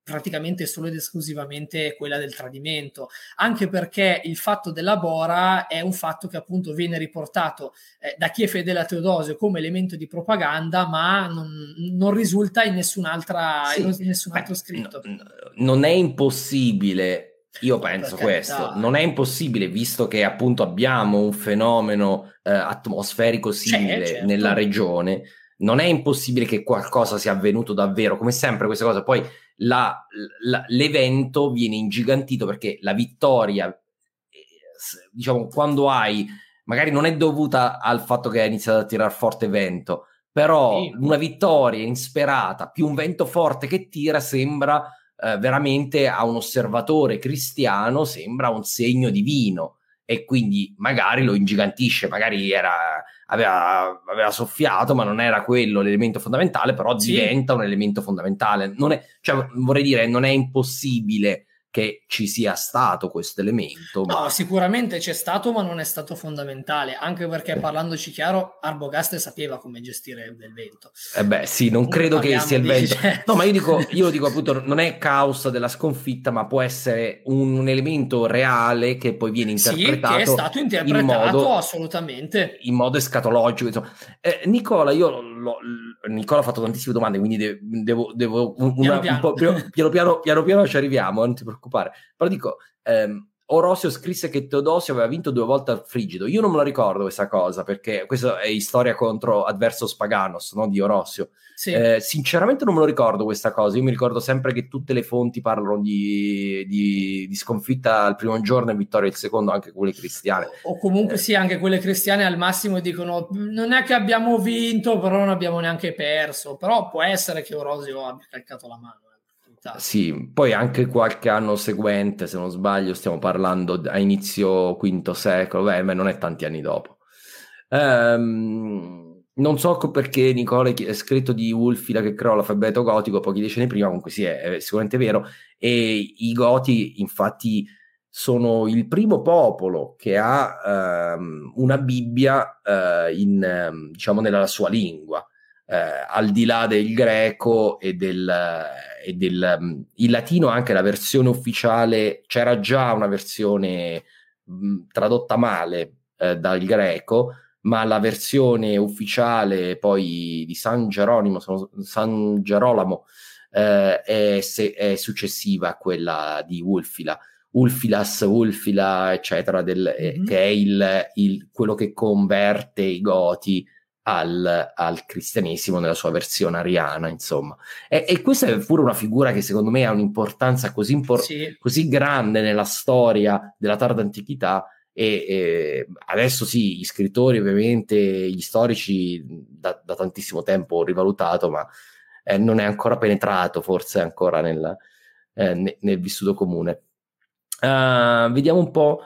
praticamente solo ed esclusivamente quella del tradimento, anche perché il fatto della bora è un fatto che appunto viene riportato da chi è fedele a Teodosio come elemento di propaganda, ma non risulta in nessun'altra, in nessun altro scritto. Non è impossibile, io penso per questo, carità. non è impossibile, visto che appunto abbiamo un fenomeno atmosferico simile certo. nella regione, non è impossibile che qualcosa sia avvenuto davvero, come sempre questa cosa, poi l'evento viene ingigantito perché la vittoria, diciamo, quando hai, magari non è dovuta al fatto che ha iniziato a tirar forte vento, però una vittoria insperata più un vento forte che tira sembra veramente a un osservatore cristiano sembra un segno divino, e quindi magari lo ingigantisce, magari aveva soffiato, ma non era quello l'elemento fondamentale, però diventa un elemento fondamentale. Non è, cioè, vorrei dire, non è impossibile che ci sia stato questo elemento. No, sicuramente c'è stato, ma non è stato fondamentale, anche perché, parlandoci chiaro, Arbogast sapeva come gestire del vento. Sì, non credo che sia il vento. No, ma io dico appunto, non è causa della sconfitta, ma può essere un elemento reale che poi viene interpretato. Sì, che è stato interpretato in modo, assolutamente. In modo escatologico, insomma. Nicola, Nicola ha fatto tantissime domande, quindi devo piano piano ci arriviamo, non ti preoccupare. Però dico, Orosio scrisse che Teodosio aveva vinto 2 volte al Frigido. Io non me la ricordo questa cosa, perché questa è storia contro Adversos Paganos, no? Di Orosio. Sì. Sinceramente non me lo ricordo questa cosa. Io mi ricordo sempre che tutte le fonti parlano di sconfitta al primo giorno e vittoria il secondo, anche quelle cristiane. O comunque sì, anche quelle cristiane al massimo dicono non è che abbiamo vinto, però non abbiamo neanche perso. Però può essere che Orosio abbia calcato la mano. Sì, poi anche qualche anno seguente, se non sbaglio, stiamo parlando a inizio V secolo, non è tanti anni dopo. Non so perché Nicola è scritto di Wulfila che creò l'alfabeto gotico pochi decenni prima, comunque sì, è sicuramente vero, e i Goti infatti sono il primo popolo che ha una Bibbia diciamo nella sua lingua. Al di là del greco e il latino, anche la versione ufficiale, c'era già una versione tradotta male dal greco, ma la versione ufficiale poi di San Gerolamo è successiva a quella di Wulfila. Wulfila, eccetera, che è quello che converte i Goti al cristianesimo nella sua versione ariana, insomma. E questa è pure una figura che secondo me ha un'importanza così grande nella storia della tarda antichità, e adesso sì, gli scrittori, ovviamente, gli storici da tantissimo tempo rivalutato, ma non è ancora penetrato forse ancora nel vissuto comune. Vediamo un po'.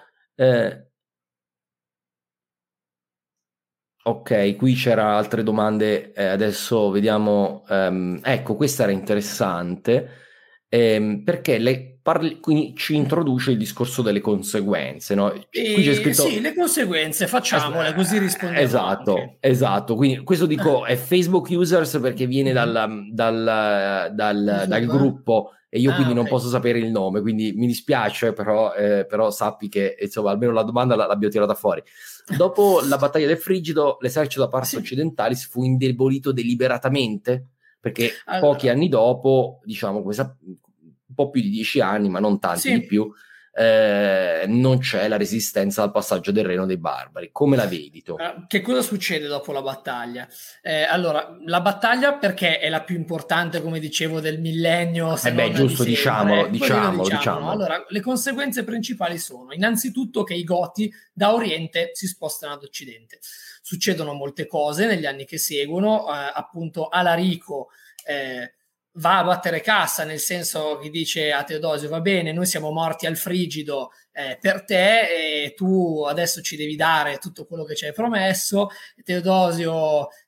Ok, qui c'era altre domande, adesso vediamo. Ecco, questa era interessante, perché quindi ci introduce il discorso delle conseguenze, no? Qui c'è scritto... Sì, le conseguenze, facciamole, così rispondiamo. Esatto, quindi questo dico è Facebook Users perché viene dal gruppo, e io quindi non posso sapere il nome, quindi mi dispiace, però sappi che insomma almeno la domanda l'abbiamo tirata fuori. Dopo la battaglia del Frigido, l'esercito da Pars Occidentalis fu indebolito deliberatamente, perché pochi anni dopo, diciamo un po' più di 10 anni, ma non tanti di più, non c'è la resistenza al passaggio del Reno dei Barbari. Come la vedi tu? Che cosa succede dopo la battaglia? Allora, la battaglia, perché è la più importante, come dicevo, del millennio. Giusto, diciamolo. No? Allora, le conseguenze principali sono, innanzitutto, che i Goti da Oriente si spostano ad Occidente. Succedono molte cose negli anni che seguono, appunto Alarico va a battere cassa, nel senso che dice a Teodosio: va bene, noi siamo morti al Frigido per te, e tu adesso ci devi dare tutto quello che ci hai promesso. Teodosio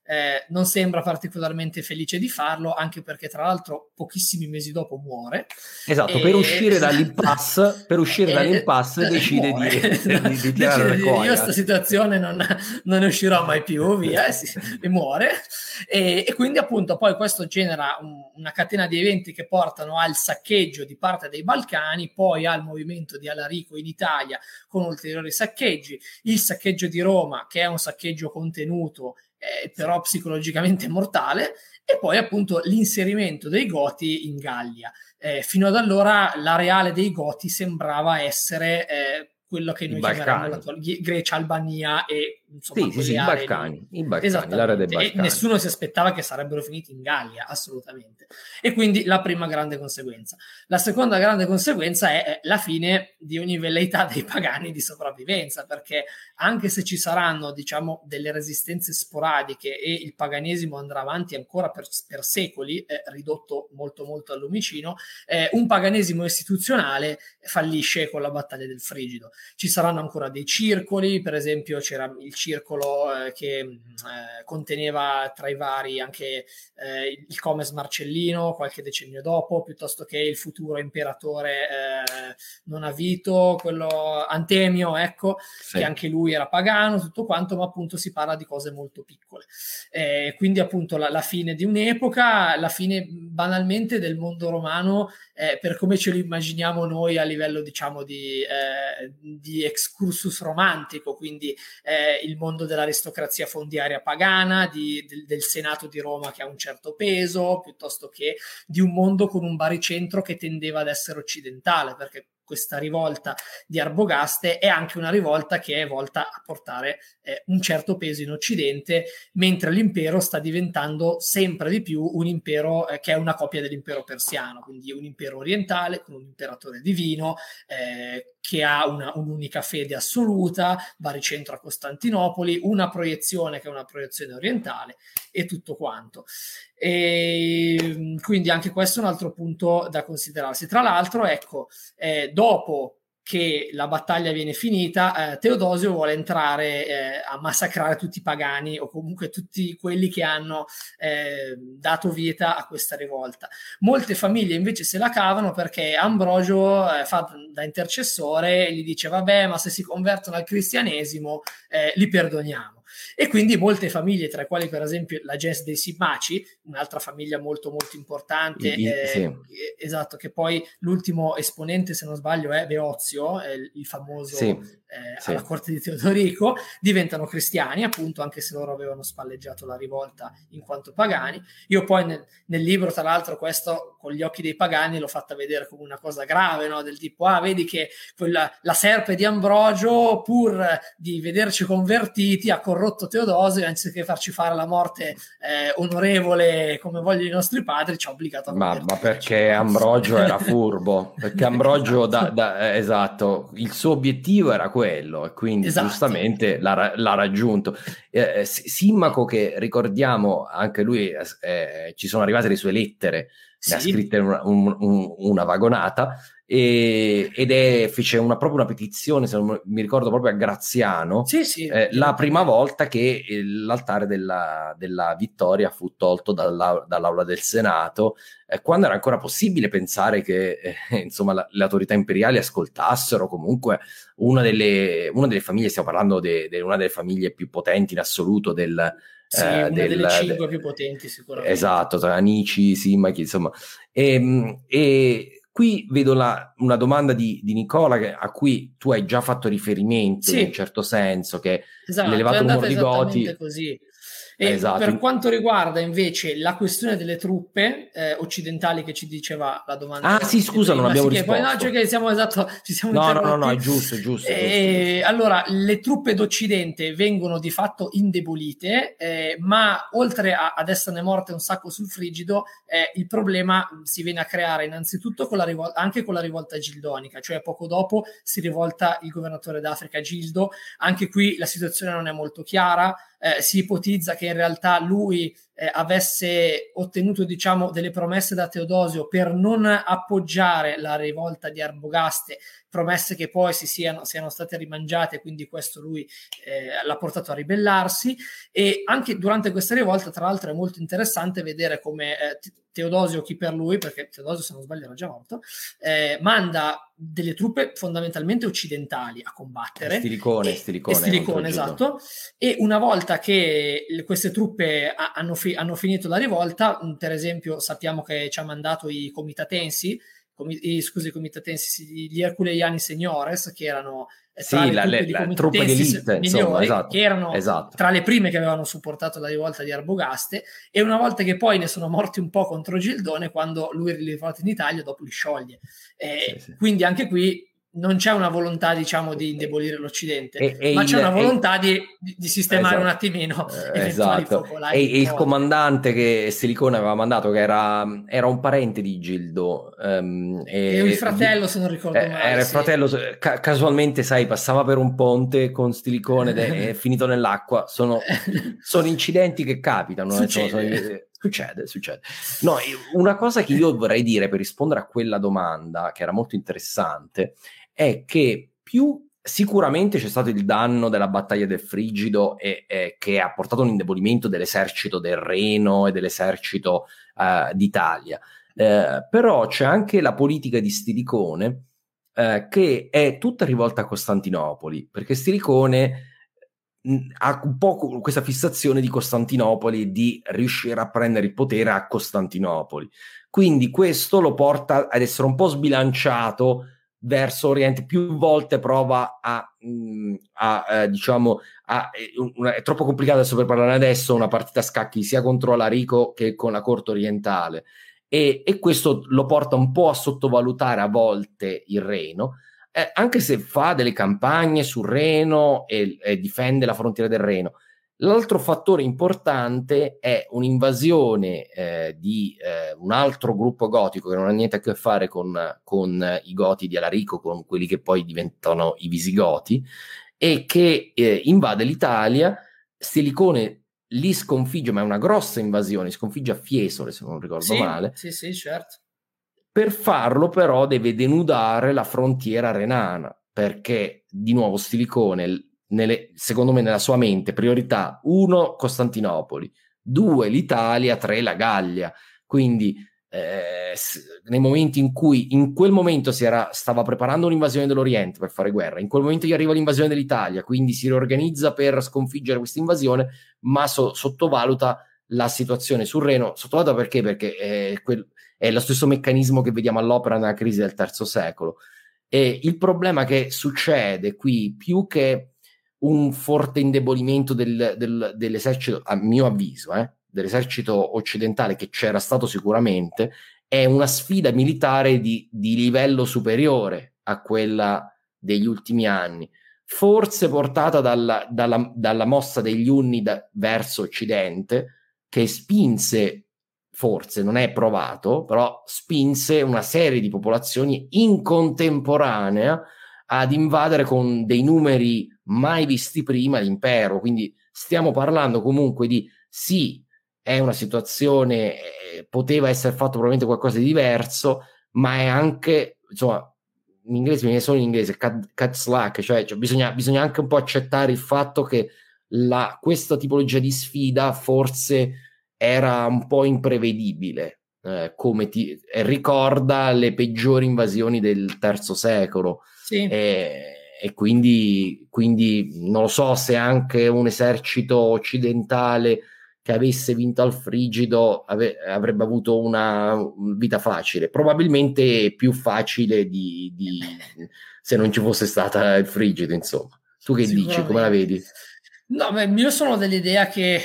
non sembra particolarmente felice di farlo, anche perché tra l'altro pochissimi mesi dopo muore. Esatto, per uscire dall'impasse decide di tirare le cuoia. Io questa situazione non ne uscirò mai più, via, e muore. E quindi appunto poi questo genera una catena di eventi che portano al saccheggio di parte dei Balcani, poi al movimento di Alarico in Italia con ulteriori saccheggi, il saccheggio di Roma, che è un saccheggio contenuto, però psicologicamente mortale, e poi appunto l'inserimento dei Goti in Gallia. Fino ad allora l'areale dei Goti sembrava essere quello che noi chiameremo Grecia, Albania e insomma i Balcani, l'area dei Balcani. E nessuno si aspettava che sarebbero finiti in Gallia, assolutamente. E quindi la prima grande conseguenza. La seconda grande conseguenza è la fine di ogni velleità dei pagani di sopravvivenza, perché anche se ci saranno, diciamo, delle resistenze sporadiche e il paganesimo andrà avanti ancora per secoli, ridotto molto molto al lumicino, un paganesimo istituzionale fallisce con la battaglia del Frigido. Ci saranno ancora dei circoli, per esempio c'era il circolo che conteneva tra i vari anche il Comes Marcellino qualche decennio dopo, piuttosto che il futuro imperatore non Avito, quello Antemio, ecco, che anche lui era pagano, tutto quanto, ma appunto si parla di cose molto piccole. Quindi appunto la fine di un'epoca, la fine banalmente del mondo romano per come ce lo immaginiamo noi a livello, diciamo, di excursus romantico, quindi il mondo dell'aristocrazia fondiaria pagana, del Senato di Roma che ha un certo peso, piuttosto che di un mondo con un baricentro che tendeva ad essere occidentale, perché questa rivolta di Arbogaste è anche una rivolta che è volta a portare un certo peso in Occidente, mentre l'impero sta diventando sempre di più un impero che è una copia dell'impero persiano, quindi un impero orientale con un imperatore divino che ha un'unica fede assoluta, baricentro a Costantinopoli, una proiezione che è una proiezione orientale e tutto quanto. E quindi anche questo è un altro punto da considerarsi. Tra l'altro, ecco, dopo che la battaglia viene finita, Teodosio vuole entrare a massacrare tutti i pagani o comunque tutti quelli che hanno dato vita a questa rivolta. Molte famiglie invece se la cavano perché Ambrogio fa da intercessore e gli dice vabbè, ma se si convertono al cristianesimo li perdoniamo. E quindi molte famiglie, tra le quali per esempio la gens dei Simmaci, un'altra famiglia molto molto importante, esatto, che poi l'ultimo esponente, se non sbaglio, è Beozio, il famoso alla corte di Teodorico, diventano cristiani, appunto, anche se loro avevano spalleggiato la rivolta in quanto pagani. Io poi nel libro, tra l'altro, questo con gli occhi dei pagani l'ho fatta vedere come una cosa grave, no? Del tipo, vedi che la serpe di Ambrogio, pur di vederci convertiti, ha corrotto Teodosio, anziché farci fare la morte onorevole come vogliono i nostri padri, ci ha obbligato a ma perché Ambrogio era furbo, perché Ambrogio esatto, il suo obiettivo era quello e quindi giustamente l'ha raggiunto. Simmaco, che ricordiamo anche lui, ci sono arrivate le sue lettere, ne ha scritte una vagonata, fece proprio una petizione, se non mi ricordo, proprio a Graziano, la prima volta che l'altare della vittoria fu tolto dall'aula del Senato, quando era ancora possibile pensare che insomma le autorità imperiali ascoltassero comunque una delle famiglie, stiamo parlando di una delle famiglie più potenti in assoluto una delle 5 più potenti sicuramente. Esatto, tra Anici, Simmachi, insomma. E qui vedo una domanda di Nicola a cui tu hai già fatto riferimento in un certo senso, che l'elevato numero di Goti. Così. Per quanto riguarda invece la questione delle truppe occidentali che ci diceva la domanda. Scusa, non abbiamo risposto. Poi ci siamo interrotti. No, è giusto. Allora, le truppe d'Occidente vengono di fatto indebolite, ma oltre ad esserne morte un sacco sul Frigido, il problema si viene a creare innanzitutto anche con la rivolta gildonica, cioè poco dopo si rivolta il governatore d'Africa Gildo. Anche qui la situazione non è molto chiara. Si ipotizza che in realtà lui avesse ottenuto, diciamo, delle promesse da Teodosio per non appoggiare la rivolta di Arbogaste, promesse che poi siano state rimangiate, quindi questo lui l'ha portato a ribellarsi. E anche durante questa rivolta, tra l'altro, è molto interessante vedere come Teodosio, chi per lui, perché Teodosio, se non sbaglio, era già morto, manda delle truppe fondamentalmente occidentali a combattere. Stilicone, esatto. E una volta che queste truppe hanno finito la rivolta, per esempio sappiamo che ci ha mandato i comitatensi, gli Herculeiani Seniores, che erano tra le truppe di elite, migliori, esatto, che erano tra le prime che avevano supportato la rivolta di Arbogaste, e una volta che poi ne sono morti un po' contro Gildone, quando lui è rilevato in Italia, dopo li scioglie. Quindi anche qui non c'è una volontà, diciamo, di indebolire l'Occidente, ma c'è una volontà di sistemare un attimino eventuali focolai. E il comandante che Stilicone aveva mandato, che era un parente di Gildo, e il fratello, se non ricordo male. Era il fratello, casualmente, sai, passava per un ponte con Stilicone ed è finito nell'acqua. Sono incidenti che capitano. Succede. No, una cosa che io vorrei dire per rispondere a quella domanda, che era molto interessante, è che più sicuramente c'è stato il danno della battaglia del Frigido che ha portato a un indebolimento dell'esercito del Reno e dell'esercito d'Italia, però c'è anche la politica di Stilicone che è tutta rivolta a Costantinopoli, perché Stilicone ha un po' questa fissazione di Costantinopoli, di riuscire a prendere il potere a Costantinopoli, quindi questo lo porta ad essere un po' sbilanciato verso Oriente. Più volte prova è troppo complicato adesso per parlare adesso, una partita a scacchi sia contro Alarico che con la corte orientale, e questo lo porta un po' a sottovalutare a volte il Reno, anche se fa delle campagne sul Reno e difende la frontiera del Reno. L'altro fattore importante è un'invasione di un altro gruppo gotico che non ha niente a che fare con i Goti di Alarico, con quelli che poi diventano i Visigoti, e che invade l'Italia. Stilicone li sconfigge, ma è una grossa invasione, sconfigge a Fiesole, se non ricordo male. Sì, certo. Per farlo però deve denudare la frontiera renana, perché di nuovo Stilicone, secondo me nella sua mente, priorità 1 Costantinopoli, 2 l'Italia, 3 la Gallia. Quindi nei momenti in cui in quel momento stava preparando un'invasione dell'Oriente per fare guerra, in quel momento gli arriva l'invasione dell'Italia, quindi si riorganizza per sconfiggere questa invasione, ma sottovaluta la situazione sul Reno. Sottovaluta perché è lo stesso meccanismo che vediamo all'opera nella crisi del III secolo. E il problema che succede qui, più che un forte indebolimento dell'esercito, a mio avviso, dell'esercito occidentale, che c'era stato sicuramente, è una sfida militare di livello superiore a quella degli ultimi anni, forse portata dalla mossa degli Unni verso Occidente, che spinse, forse non è provato, però spinse una serie di popolazioni in contemporanea ad invadere con dei numeri mai visti prima l'impero. Quindi stiamo parlando comunque di, sì, è una situazione, poteva essere fatto probabilmente qualcosa di diverso, ma è anche, insomma, in inglese, mi viene solo in inglese, cut slack, cioè bisogna anche un po' accettare il fatto che questa tipologia di sfida forse era un po' imprevedibile, come ricorda le peggiori invasioni del III secolo. Sì. E quindi non lo so se anche un esercito occidentale che avesse vinto al Frigido avrebbe avuto una vita facile, probabilmente più facile di se non ci fosse stata il Frigido, insomma. Tu che dici, come la vedi? No, io sono dell'idea che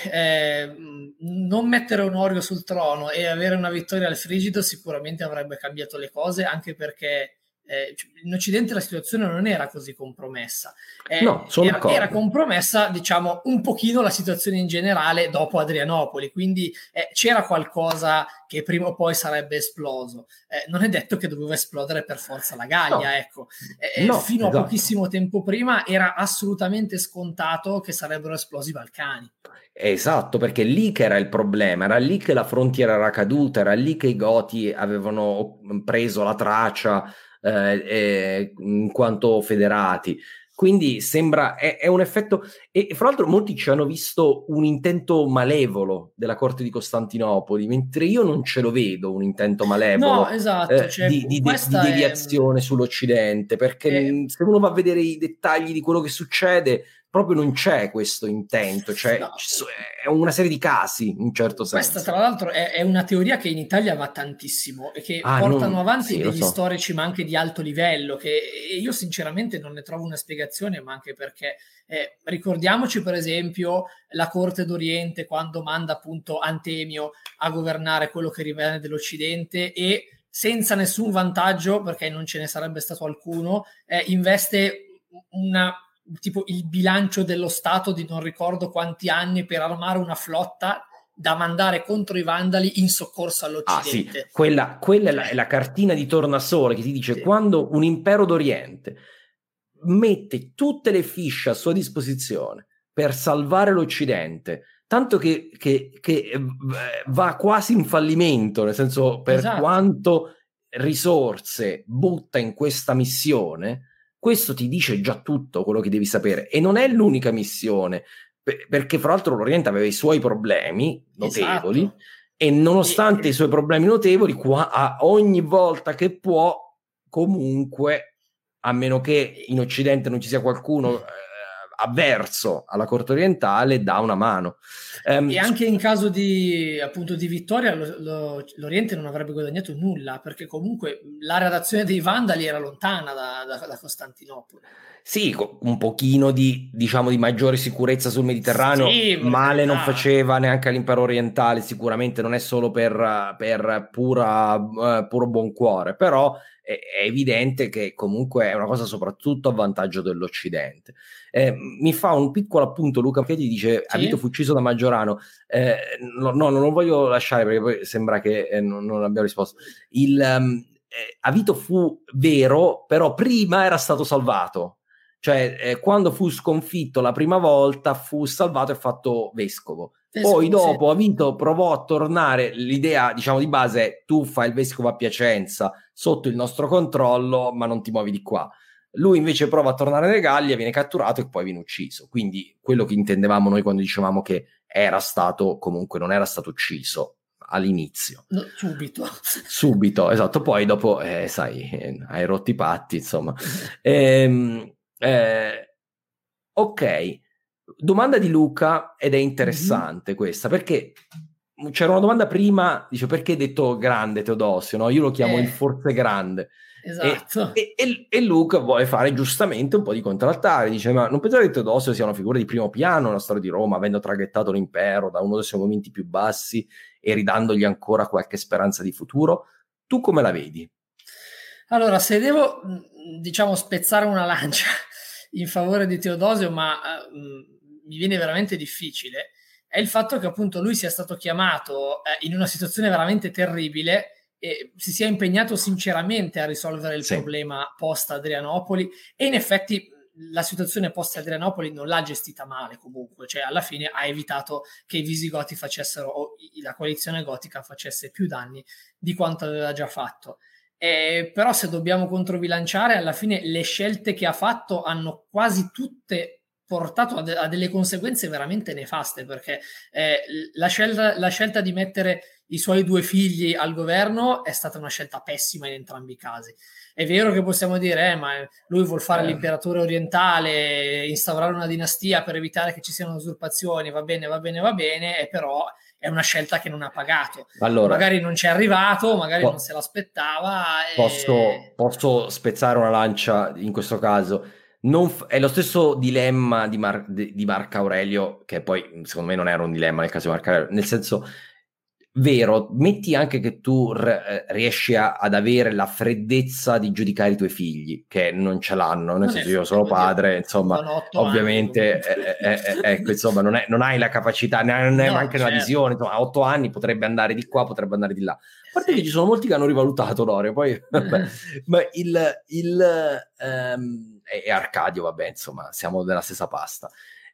non mettere Onorio sul trono e avere una vittoria al Frigido sicuramente avrebbe cambiato le cose, anche perché In Occidente la situazione non era così compromessa. No, sono d'accordo. Era compromessa, diciamo, un pochino la situazione in generale dopo Adrianopoli, quindi c'era qualcosa che prima o poi sarebbe esploso. Non è detto che doveva esplodere per forza la Gallia, No. ecco. No, Fino esatto. a pochissimo tempo prima era assolutamente scontato che sarebbero esplosi i Balcani. Esatto, perché lì che era il problema, era lì che la frontiera era caduta, era lì che i Goti avevano preso la Tracia in quanto federati. Quindi sembra, è un effetto, e fra l'altro molti ci hanno visto un intento malevolo della corte di Costantinopoli, mentre io non ce lo vedo un intento malevolo. No, esatto, cioè, di deviazione sull'Occidente, perché se uno va a vedere i dettagli di quello che succede, proprio non c'è questo intento, cioè no. È una serie di casi in un certo senso. Questa tra l'altro è una teoria che in Italia va tantissimo e che portano avanti degli storici ma anche di alto livello, che io sinceramente non ne trovo una spiegazione, ma anche perché ricordiamoci per esempio la corte d'Oriente quando manda appunto Antemio a governare quello che rimane dell'Occidente e senza nessun vantaggio, perché non ce ne sarebbe stato alcuno, investe tipo il bilancio dello Stato di non ricordo quanti anni per armare una flotta da mandare contro i Vandali in soccorso all'Occidente. Ah sì, quella è la cartina di tornasole che ti dice quando un impero d'Oriente mette tutte le fiche a sua disposizione per salvare l'Occidente, tanto che va quasi in fallimento, nel senso per quanto risorse butta in questa missione. Questo ti dice già tutto quello che devi sapere, e non è l'unica missione, perché fra l'altro l'Oriente aveva i suoi problemi notevoli, e nonostante i suoi problemi notevoli, ogni volta che può, comunque, a meno che in Occidente non ci sia qualcuno avverso alla corte orientale, dà una mano. E anche in caso di vittoria l'Oriente non avrebbe guadagnato nulla, perché comunque l'area d'azione dei Vandali era lontana da Costantinopoli. Sì, un pochino di maggiore sicurezza sul Mediterraneo, sì, male non faceva neanche all'impero orientale, sicuramente non è solo per puro buon cuore, però è evidente che comunque è una cosa soprattutto a vantaggio dell'Occidente. Mi fa un piccolo appunto Luca che ti dice sì? Avito fu ucciso da Maggiorano, no, non lo voglio lasciare perché poi sembra che non abbiamo risposto. Avito fu vero, però prima era stato salvato. Cioè, quando fu sconfitto la prima volta fu salvato e fatto vescovo. Poi dopo Avito provò a tornare, l'idea diciamo di base è tu fai il vescovo a Piacenza sotto il nostro controllo ma non ti muovi di qua. Lui invece prova a tornare nelle Gallie, viene catturato e poi viene ucciso. Quindi quello che intendevamo noi quando dicevamo che era stato, comunque non era stato ucciso all'inizio. No, Subito, esatto. Poi dopo, sai, hai rotto i patti, insomma. Ok, domanda di Luca, ed è interessante questa, perché c'era una domanda prima, dice perché hai detto grande Teodosio, no? Io lo chiamo il forse grande. Esatto. E Luca vuole fare giustamente un po' di contraltare, dice ma non pensate che Teodosio sia una figura di primo piano nella storia di Roma, avendo traghettato l'impero da uno dei suoi momenti più bassi e ridandogli ancora qualche speranza di futuro? Tu come la vedi? Allora, se devo, diciamo, spezzare una lancia in favore di Teodosio, ma mi viene veramente difficile, è il fatto che appunto lui sia stato chiamato in una situazione veramente terribile e si sia impegnato sinceramente a risolvere il problema post Adrianopoli, e in effetti la situazione post Adrianopoli non l'ha gestita male comunque, cioè alla fine ha evitato che i Visigoti facessero, o la coalizione gotica facesse più danni di quanto aveva già fatto. Però se dobbiamo controbilanciare, alla fine le scelte che ha fatto hanno quasi tutte portato a delle conseguenze veramente nefaste, perché la scelta di mettere i suoi 2 figli al governo è stata una scelta pessima in entrambi i casi. È vero che possiamo dire ma lui vuol fare l'imperatore orientale, instaurare una dinastia per evitare che ci siano usurpazioni, va bene, e però è una scelta che non ha pagato. Allora, magari non ci è arrivato, magari non se l'aspettava. Posso spezzare una lancia in questo caso? È lo stesso dilemma di Marco Aurelio, che poi secondo me non era un dilemma nel caso di Marco Aurelio, nel senso vero, metti anche che tu riesci ad avere la freddezza di giudicare i tuoi figli, che non ce l'hanno, nel senso io sono padre, insomma, ovviamente, ecco, insomma, non hai la capacità, non hai neanche la visione, insomma, a 8 anni potrebbe andare di qua, potrebbe andare di là. A parte che ci sono molti che hanno rivalutato Lore, poi, vabbè, ma e Arcadio, vabbè, insomma, siamo della stessa pasta.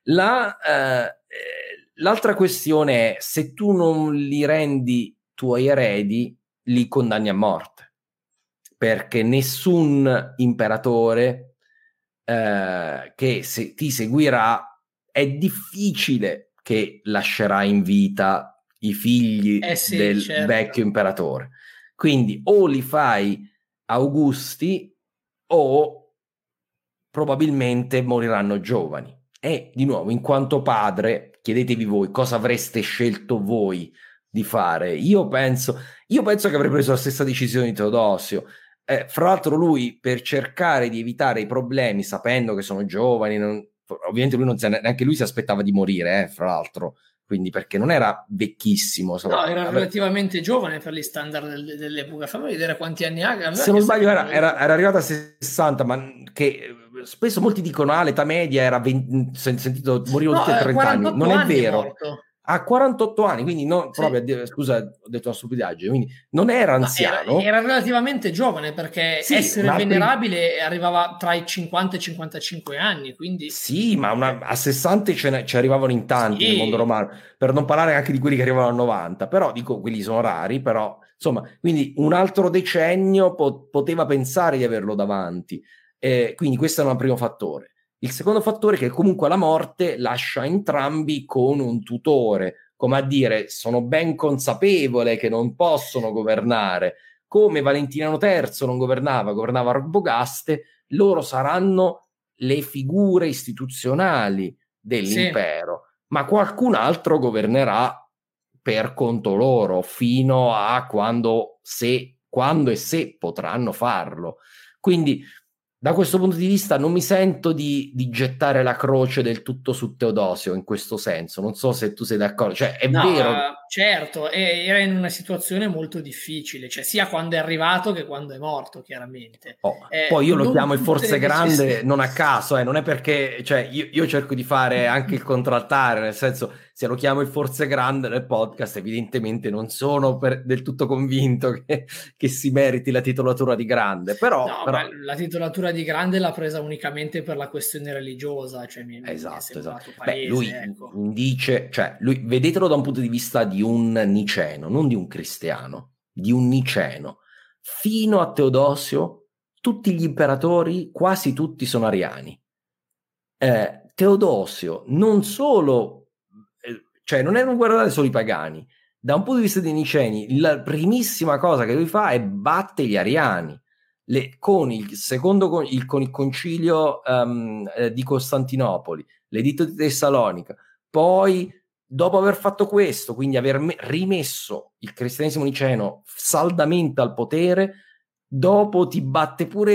L'altra questione è, se tu non li rendi tuoi eredi, li condanni a morte, perché nessun imperatore che ti seguirà, è difficile che lascerà in vita i figli del vecchio imperatore. Quindi o li fai augusti o probabilmente moriranno giovani. E di nuovo, in quanto padre, chiedetevi voi cosa avreste scelto voi di fare. Io penso che avrei preso la stessa decisione di Teodosio. Fra l'altro lui, per cercare di evitare i problemi, sapendo che sono giovani, ovviamente lui neanche lui si aspettava di morire, fra l'altro, quindi perché non era vecchissimo. No, era relativamente giovane per gli standard dell'epoca. Fammi vedere quanti anni ha. Se non sbaglio era arrivato a 60, ma che spesso molti dicono l'età media era 20, sentito morire tutti a 30 anni. Non è vero. A 48 anni, quindi proprio, scusa, ho detto una stupidaggine, quindi non era anziano. Era relativamente giovane, perché essere venerabile arrivava tra i 50 e i 55 anni, quindi... Sì, ma a 60 ci arrivavano in tanti nel mondo romano, per non parlare anche di quelli che arrivavano a 90, però dico, quelli sono rari, però, insomma, quindi un altro decennio poteva pensare di averlo davanti, quindi questo è un primo fattore. Il secondo fattore è che comunque la morte lascia entrambi con un tutore, come a dire, sono ben consapevole che non possono governare, come Valentiniano III non governava Arbogaste, loro saranno le figure istituzionali dell'impero, ma qualcun altro governerà per conto loro fino a quando e se potranno farlo. Quindi da questo punto di vista non mi sento di gettare la croce del tutto su Teodosio in questo senso. Non so se tu sei d'accordo. Cioè, è vero. Certo, era in una situazione molto difficile, cioè sia quando è arrivato che quando è morto, chiaramente. Poi io lo chiamo il Forze Grande non a caso, non è perché, cioè, io cerco di fare anche il contraltare, nel senso, se lo chiamo il Forze Grande nel podcast, evidentemente non sono del tutto convinto che si meriti la titolatura di grande, però... No, però... la titolatura di grande l'ha presa unicamente per la questione religiosa, cioè esatto. Palese, lui dice, cioè, lui, vedetelo da un punto di vista di un niceno, non di un cristiano, di un niceno. Fino a Teodosio tutti gli imperatori, quasi tutti, sono ariani. Teodosio non solo, cioè non guardate solo i pagani, da un punto di vista dei niceni, la primissima cosa che lui fa è batte gli ariani. Con il concilio di Costantinopoli, l'editto di Tessalonica, poi dopo aver fatto questo, quindi aver rimesso il cristianesimo niceno saldamente al potere, dopo ti batte pure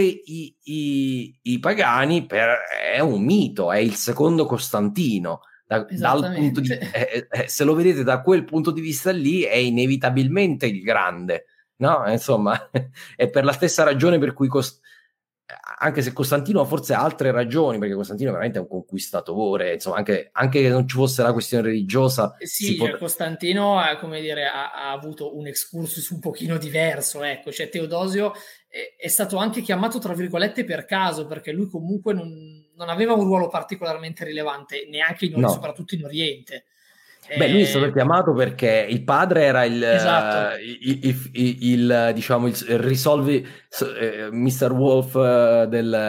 i pagani, è un mito, è il secondo Costantino. Dal punto se lo vedete da quel punto di vista lì, è inevitabilmente il grande, no? Insomma, è per la stessa ragione per cui anche se Costantino ha forse altre ragioni, perché Costantino veramente è un conquistatore, insomma, anche che non ci fosse la questione religiosa. Sì, Costantino ha avuto un excursus un pochino diverso, ecco, cioè Teodosio è stato anche chiamato tra virgolette per caso, perché lui comunque non aveva un ruolo particolarmente rilevante neanche soprattutto in Oriente. Lui è stato chiamato perché il padre era il risolve Mr. Wolf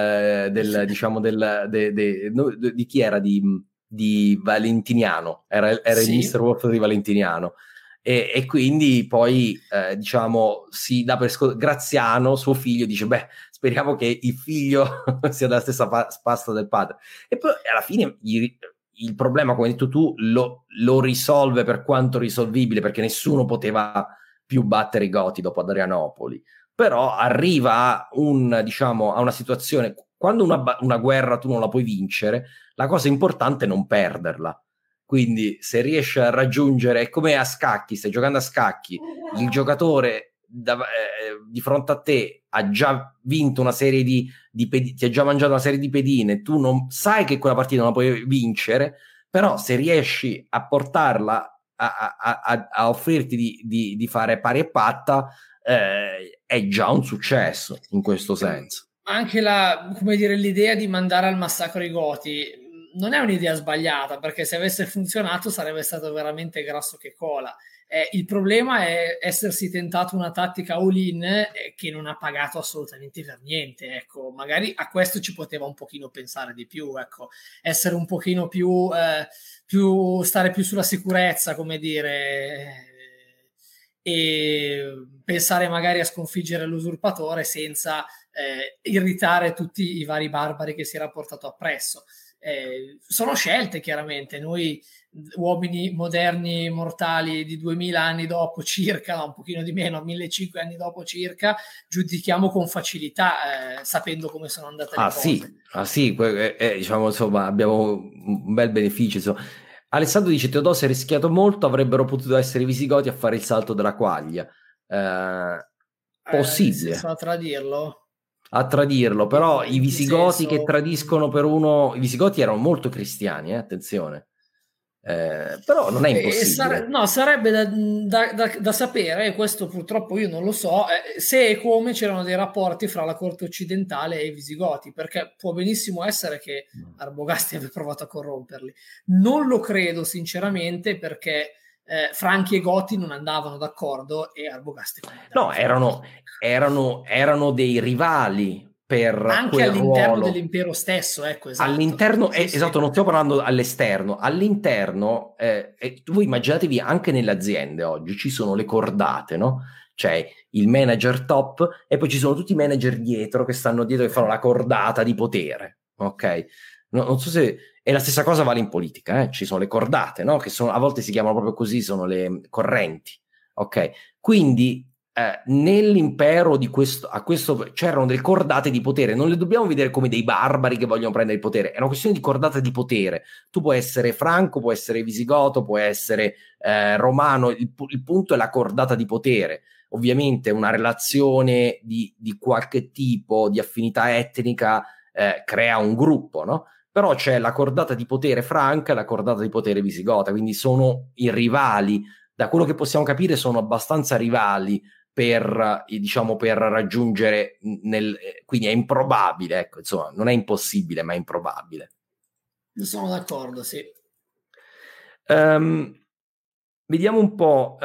di chi era? Di Valentiniano, era il Mr. Wolf di Valentiniano, e quindi poi si dà per Graziano, suo figlio, dice speriamo che il figlio sia della stessa pasta del padre, e poi alla fine il problema, come hai detto tu, lo risolve per quanto risolvibile, perché nessuno poteva più battere i Goti dopo Adrianopoli. Però arriva a una situazione, quando una guerra tu non la puoi vincere, la cosa importante è non perderla. Quindi se riesci a raggiungere, è come a scacchi, stai giocando a scacchi, il giocatore di fronte a te ha già vinto una serie di ti ha già mangiato una serie di pedine, tu non sai che quella partita non la puoi vincere, però se riesci a portarla a offrirti di fare pari e patta, è già un successo in questo senso. Anche l'idea di mandare al massacro i Goti non è un'idea sbagliata, perché se avesse funzionato sarebbe stato veramente grasso che cola. Il problema è essersi tentato una tattica all-in che non ha pagato assolutamente per niente. Ecco, magari a questo ci poteva un pochino pensare di più, ecco, essere un pochino più stare più sulla sicurezza, come dire, e pensare magari a sconfiggere l'usurpatore senza irritare tutti i vari barbari che si era portato appresso. Sono scelte, chiaramente. Noi uomini moderni mortali di 2000 anni dopo circa, no, un pochino di meno, 1500 anni dopo circa, giudichiamo con facilità, sapendo come sono andate le cose. Diciamo, insomma, abbiamo un bel beneficio, insomma. Alessandro dice: Teodosio ha rischiato molto, avrebbero potuto essere i Visigoti a fare il salto della quaglia. Possibile. A tradirlo, però i Visigoti che tradiscono per uno, i Visigoti erano molto cristiani, attenzione, però non è impossibile. Sarebbe da sapere, e questo purtroppo io non lo so, se e come c'erano dei rapporti fra la corte occidentale e i Visigoti, perché può benissimo essere che Arbogasti abbia provato a corromperli. Non lo credo sinceramente, perché Franchi e Goti non andavano d'accordo e Arbogasti erano dei rivali per anche all'interno dell'impero stesso, ecco, esatto. All'interno, esatto, non stiamo parlando all'esterno. All'interno, voi immaginatevi, anche nelle aziende oggi ci sono le cordate, no? C'è il manager top e poi ci sono tutti i manager dietro che stanno dietro e fanno la cordata di potere, ok? Non so se... E la stessa cosa vale in politica, ci sono le cordate, no? Che sono, a volte si chiamano proprio così, sono le correnti, ok? Quindi nell'impero a questo c'erano delle cordate di potere, non le dobbiamo vedere come dei barbari che vogliono prendere il potere, è una questione di cordate di potere. Tu puoi essere franco, puoi essere visigoto, puoi essere romano, il punto è la cordata di potere. Ovviamente una relazione di qualche tipo di affinità etnica crea un gruppo, no? Però c'è la cordata di potere franca e la cordata di potere visigota, quindi sono i rivali. Da quello che possiamo capire sono abbastanza rivali per raggiungere quindi è improbabile, ecco, insomma, non è impossibile, ma è improbabile. Sono d'accordo, sì. Vediamo un po'.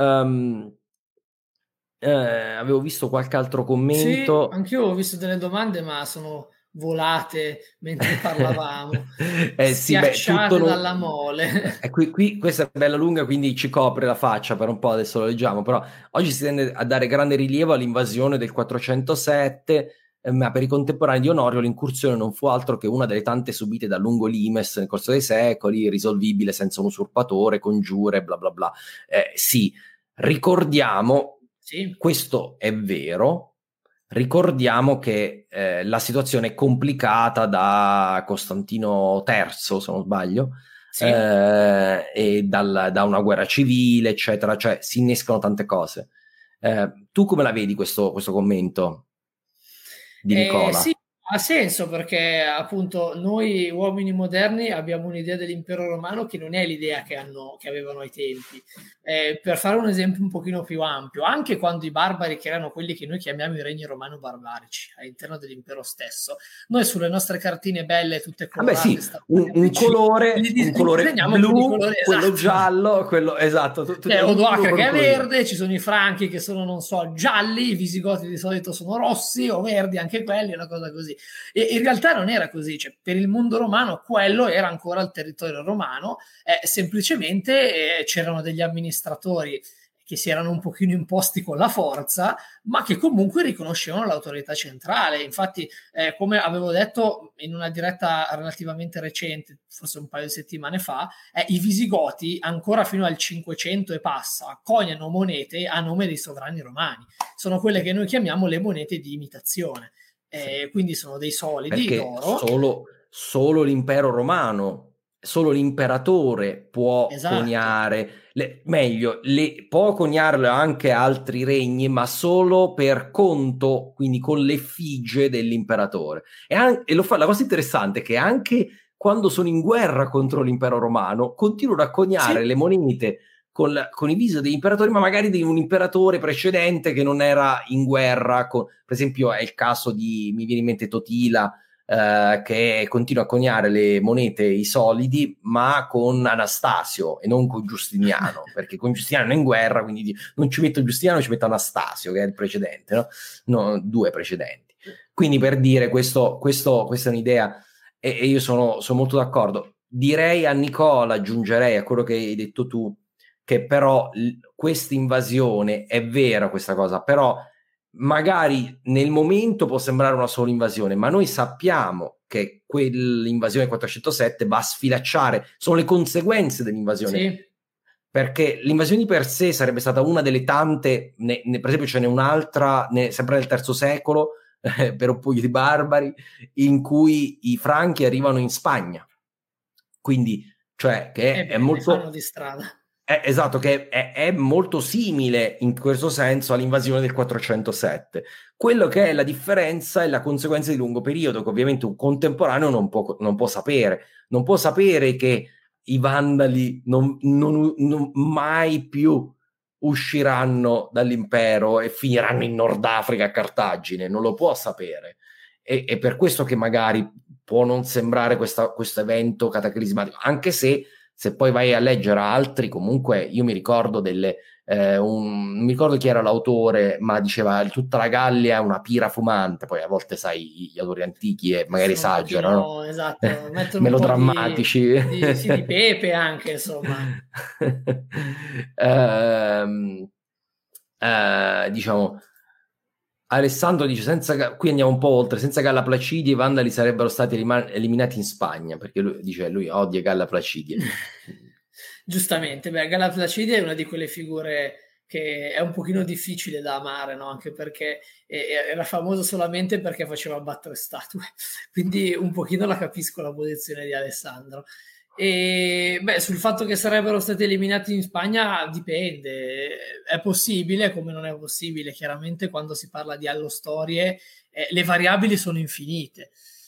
Avevo visto qualche altro commento. Sì, anch'io ho visto delle domande, ma sono volate mentre parlavamo, schiacciate dalla mole. Qui questa è bella lunga, quindi ci copre la faccia per un po', adesso lo leggiamo, però oggi si tende a dare grande rilievo all'invasione del 407, ma per i contemporanei di Onorio l'incursione non fu altro che una delle tante subite da lungo limes nel corso dei secoli, risolvibile senza un usurpatore, congiure, bla bla bla. Sì, ricordiamo, sì, questo è vero. Ricordiamo che la situazione è complicata da Costantino III, se non sbaglio, sì, e da una guerra civile, eccetera, cioè si innescano tante cose. Tu come la vedi questo commento di Nicola? Sì, ha senso, perché appunto noi uomini moderni abbiamo un'idea dell'impero romano che non è l'idea che avevano ai tempi. Per fare un esempio un pochino più ampio, anche quando i barbari, che erano quelli che noi chiamiamo i regni romano barbarici all'interno dell'impero stesso, noi sulle nostre cartine belle tutte colorate, un colore blu, colore, quello esatto, giallo, quello esatto, Odoacre che è verde, ci sono i franchi che sono, non so, gialli, i visigoti di solito sono rossi o verdi, anche quelli, una cosa così. E in realtà non era così, cioè, per il mondo romano quello era ancora il territorio romano, semplicemente c'erano degli amministratori che si erano un pochino imposti con la forza, ma che comunque riconoscevano l'autorità centrale. Infatti, come avevo detto in una diretta relativamente recente, forse un paio di settimane fa, i Visigoti ancora fino al 500 e passa coniano monete a nome dei sovrani romani. Sono quelle che noi chiamiamo le monete di imitazione. Quindi sono dei solidi d'oro. Solo l'impero romano solo l'imperatore può coniare, può coniarlo anche altri regni, ma solo per conto, quindi con l'effigie dell'imperatore. E lo fa. La cosa interessante è che anche quando sono in guerra contro l'impero romano continuano a coniare le monete con i visi degli imperatori, ma magari di un imperatore precedente che non era in guerra. Per esempio è il caso mi viene in mente Totila, che continua a coniare le monete, i solidi, ma con Anastasio e non con Giustiniano, perché con Giustiniano è in guerra, quindi non ci metto Giustiniano, ci metto Anastasio, che è il precedente, no, due precedenti. Quindi, per dire, questa è un'idea, e io sono molto d'accordo. Direi a Nicola, aggiungerei a quello che hai detto tu, che però questa invasione è vera, questa cosa, però magari nel momento può sembrare una sola invasione, ma noi sappiamo che quell'invasione 407 va a sfilacciare, sono le conseguenze dell'invasione, perché l'invasione di per sé sarebbe stata una delle tante, per esempio ce n'è un'altra sempre nel III secolo, per un po' di barbari, in cui i franchi arrivano in Spagna, quindi cioè che è molto fanno di strada. Esatto, che è molto simile in questo senso all'invasione del 407. Quello che è la differenza è la conseguenza di lungo periodo, che ovviamente un contemporaneo non può sapere. Non può sapere che i Vandali non mai più usciranno dall'impero e finiranno in Nord Africa, a Cartagine. Non lo può sapere. E per questo che magari può non sembrare questo evento cataclismatico, anche se poi vai a leggere altri, comunque io mi ricordo non mi ricordo chi era l'autore, ma diceva tutta la Gallia è una pira fumante. Poi a volte sai gli autori antichi e magari esagerano, esatto, mettono melodrammatici, un po' di pepe anche, insomma. Diciamo, Alessandro dice qui andiamo un po' oltre, senza Galla Placidia i Vandali sarebbero stati eliminati in Spagna, perché lui odia Galla Placidia. Giustamente, Galla Placidia è una di quelle figure che è un pochino difficile da amare, no? Anche perché era famoso solamente perché faceva abbattere statue, quindi un pochino la capisco la posizione di Alessandro. E sul fatto che sarebbero stati eliminati in Spagna dipende, è possibile come non è possibile. Chiaramente quando si parla di allostorie le variabili sono infinite.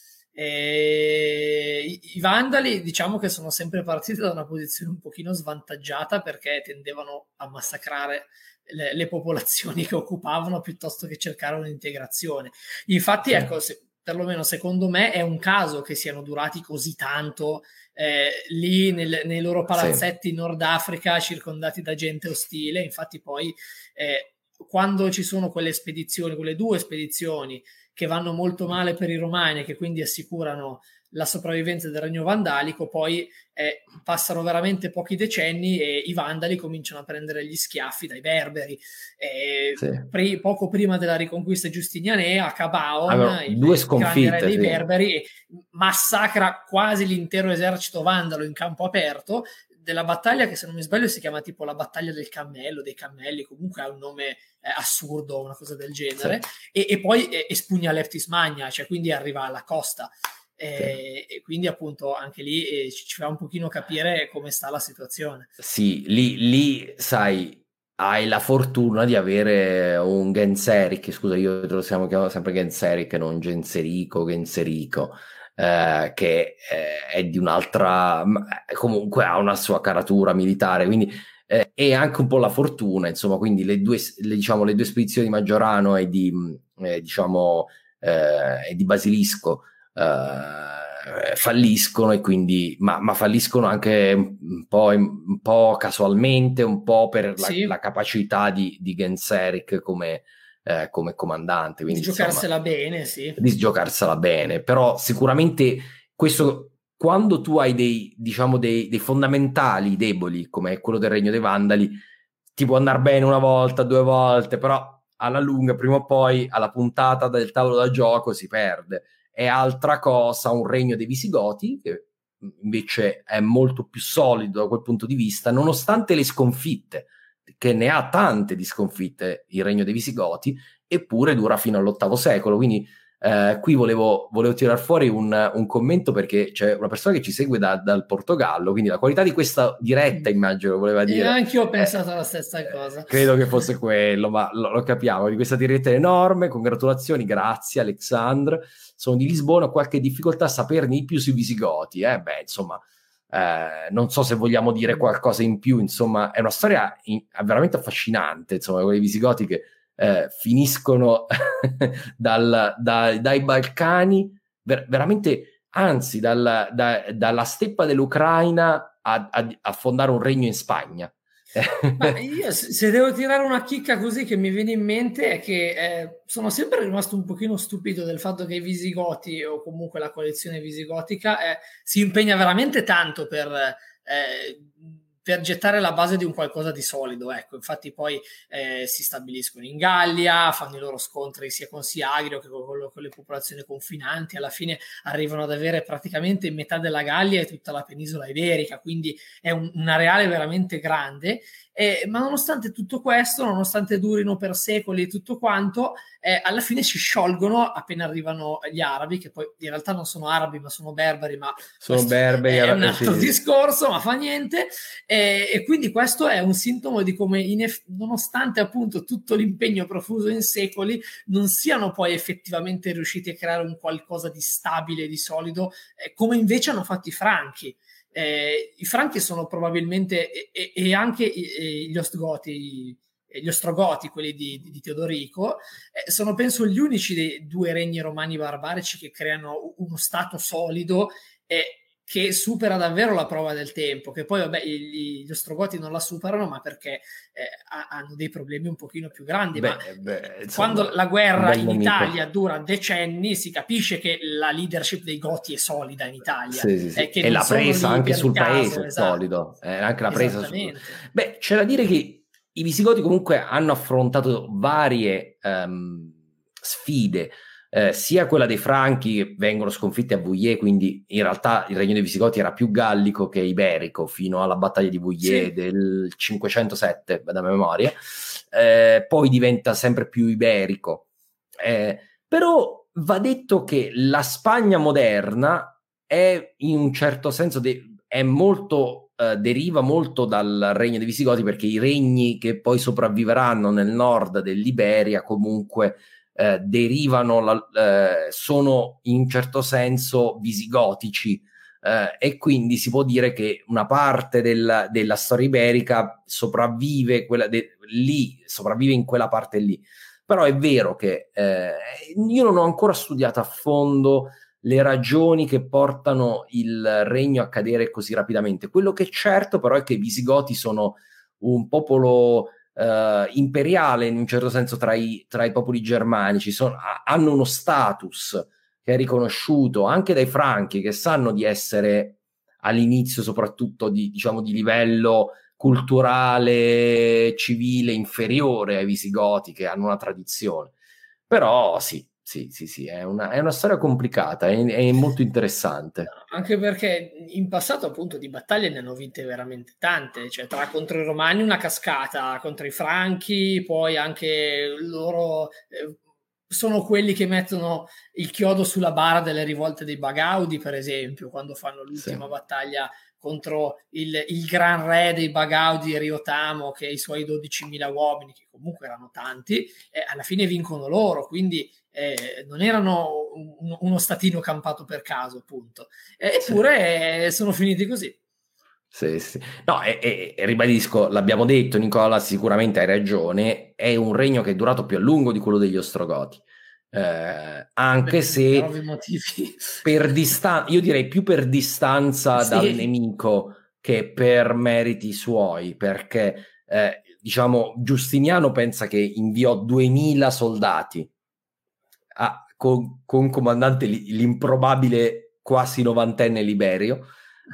I Vandali, diciamo che sono sempre partiti da una posizione un pochino svantaggiata, perché tendevano a massacrare le popolazioni che occupavano piuttosto che cercare un'integrazione. Infatti ecco, perlomeno secondo me è un caso che siano durati così tanto lì nei loro palazzetti in Nord Africa, circondati da gente ostile. Infatti poi quando ci sono quelle due spedizioni che vanno molto male per i romani e che quindi assicurano la sopravvivenza del regno vandalico, poi passano veramente pochi decenni e i Vandali cominciano a prendere gli schiaffi dai berberi. Poco prima della riconquista giustinianea, Cabaon, due sconfitte dei berberi, massacra quasi l'intero esercito vandalo in campo aperto, della battaglia che, se non mi sbaglio, si chiama tipo la battaglia del cammello, dei cammelli, comunque ha un nome assurdo, una cosa del genere, e poi espugna Leptis Magna, cioè quindi arriva alla costa. E quindi appunto anche lì ci fa un pochino capire come sta la situazione. Sì, lì sai, hai la fortuna di avere un Genseric, scusa, io te lo stiamo chiamando sempre Genseric, non Genserico, che è di un'altra, comunque ha una sua caratura militare, quindi e anche un po' la fortuna, insomma. Quindi le due spedizioni di Maggiorano e di Basilisco falliscono, e quindi ma falliscono anche un po' casualmente, un po' per la capacità di Genseric come comandante, quindi, di giocarsela bene, di giocarsela bene. Però sicuramente questo, quando tu hai dei fondamentali deboli come quello del regno dei Vandali, ti può andare bene una volta, due volte, però alla lunga, prima o poi, alla puntata del tavolo da gioco si perde. È altra cosa un regno dei Visigoti, che invece è molto più solido da quel punto di vista, nonostante le sconfitte, che ne ha tante di sconfitte il regno dei Visigoti, eppure dura fino all'VIII secolo. Quindi Qui volevo tirar fuori un commento, perché c'è una persona che ci segue dal Portogallo, quindi la qualità di questa diretta, immagino, voleva dire. Anche io ho pensato alla stessa cosa. Credo che fosse quello, ma lo capiamo. Di questa diretta enorme, congratulazioni, grazie Alexandre. Sono di Lisbona, ho qualche difficoltà a saperne di più sui Visigoti. Insomma, non so se vogliamo dire qualcosa in più, insomma, è una storia veramente affascinante, insomma, quei Visigoti che finiscono dai Balcani, veramente, anzi dalla steppa dell'Ucraina a fondare un regno in Spagna. Ma io, se devo tirare una chicca così che mi viene in mente, è che sono sempre rimasto un pochino stupito del fatto che i Visigoti, o comunque la coalizione visigotica, si impegna veramente tanto per gettare la base di un qualcosa di solido. Ecco, infatti poi si stabiliscono in Gallia, fanno i loro scontri sia con Siagrio che con le popolazioni confinanti, alla fine arrivano ad avere praticamente metà della Gallia e tutta la penisola iberica, quindi è un areale veramente grande. Ma nonostante tutto questo, nonostante durino per secoli e tutto quanto, alla fine si sciolgono appena arrivano gli arabi, che poi in realtà non sono arabi ma sono berberi, ma sono berberi, è un altro discorso, ma fa niente. E quindi questo è un sintomo di come nonostante appunto tutto l'impegno profuso in secoli, non siano poi effettivamente riusciti a creare un qualcosa di stabile, di solido, come invece hanno fatto i Franchi. I Franchi sono probabilmente, e anche gli Ostrogothi, quelli di Teodorico, sono penso gli unici dei due regni romani barbarici che creano uno stato solido che supera davvero la prova del tempo, che poi vabbè gli Ostrogothi non la superano, ma perché hanno dei problemi un pochino più grandi. Quando la guerra in Italia dura decenni, si capisce che la leadership dei Goti è solida in Italia. Sì. E la presa anche sul paese è solido. Anche la presa c'è da dire che i Visigoti comunque hanno affrontato varie sfide, sia quella dei Franchi, che vengono sconfitti a Vouillé, quindi in realtà il regno dei Visigoti era più gallico che iberico fino alla battaglia di Vouillé del 507 da memoria, poi diventa sempre più iberico, però va detto che la Spagna moderna è in un certo senso è molto deriva molto dal regno dei Visigoti, perché i regni che poi sopravviveranno nel nord dell'Iberia comunque derivano, sono in un certo senso visigotici, e quindi si può dire che una parte della storia iberica sopravvive in quella parte lì. Però è vero che io non ho ancora studiato a fondo le ragioni che portano il regno a cadere così rapidamente. Quello che è certo però è che i Visigoti sono un popolo imperiale in un certo senso tra i popoli germanici, hanno uno status che è riconosciuto anche dai Franchi, che sanno di essere all'inizio soprattutto di livello culturale, civile inferiore ai Visigoti, che hanno una tradizione. Però sì, è una storia complicata, è molto interessante. Anche perché in passato appunto di battaglie ne hanno vinte veramente tante, cioè tra contro i Romani una cascata, contro i Franchi, poi anche loro sono quelli che mettono il chiodo sulla bara delle rivolte dei Bagaudi, per esempio, quando fanno l'ultima battaglia contro il gran re dei Bagaudi, Riotamo, che ha i suoi 12.000 uomini, che comunque erano tanti, alla fine vincono loro, quindi non erano uno statino campato per caso, appunto. Eppure sono finiti così. Sì. No, e ribadisco, l'abbiamo detto, Nicola, sicuramente hai ragione, è un regno che è durato più a lungo di quello degli Ostrogoti. Anche se per distanza, io direi più per distanza dal nemico che per meriti suoi, perché Giustiniano pensa che inviò 2000 soldati con comandante l'improbabile quasi novantenne Liberio,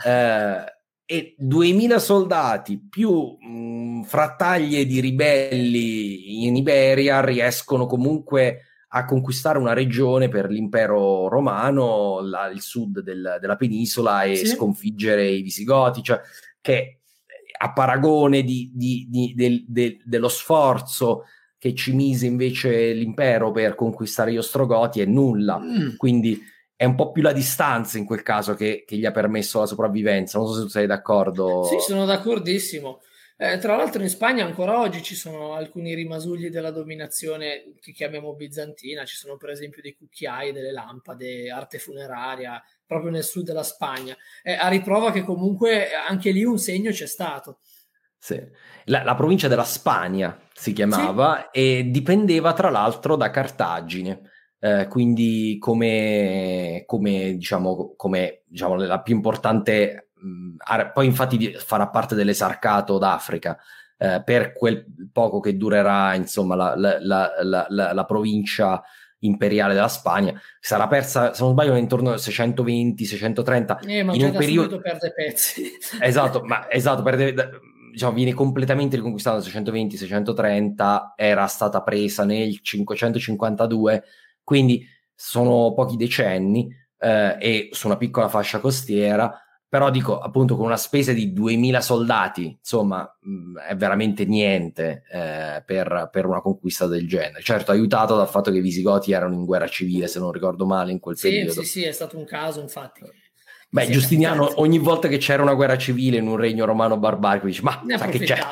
e 2000 soldati più frattaglie di ribelli in Iberia riescono comunque a conquistare una regione per l'impero romano, il sud della penisola, e sconfiggere i Visigoti, cioè che a paragone dello sforzo che ci mise invece l'impero per conquistare gli Ostrogoti è nulla, quindi è un po' più la distanza in quel caso che gli ha permesso la sopravvivenza. Non so se tu sei d'accordo. Sì, sono d'accordissimo. Tra l'altro in Spagna ancora oggi ci sono alcuni rimasugli della dominazione che chiamiamo bizantina, ci sono per esempio dei cucchiai, delle lampade, arte funeraria, proprio nel sud della Spagna, a riprova che comunque anche lì un segno c'è stato. Sì. La provincia della Spagna si chiamava, sì, e dipendeva tra l'altro da Cartagine, quindi come diciamo la più importante, poi infatti farà parte dell'Esarcato d'Africa, per quel poco che durerà insomma la provincia imperiale della Spagna. Sarà persa, se non sbaglio, intorno al 620-630, ma in un periodo perde pezzi. Esatto, viene completamente riconquistata nel 620-630, era stata presa nel 552, quindi sono pochi decenni, e su una piccola fascia costiera, però dico appunto con una spesa di 2000 soldati, insomma è veramente niente per una conquista del genere. Certo, aiutato dal fatto che i Visigoti erano in guerra civile, se non ricordo male, in quel periodo. Sì, è stato un caso, infatti. Beh, Giustiniano, ogni volta che c'era una guerra civile in un regno romano barbarico, dice, ma ne sai che c'è?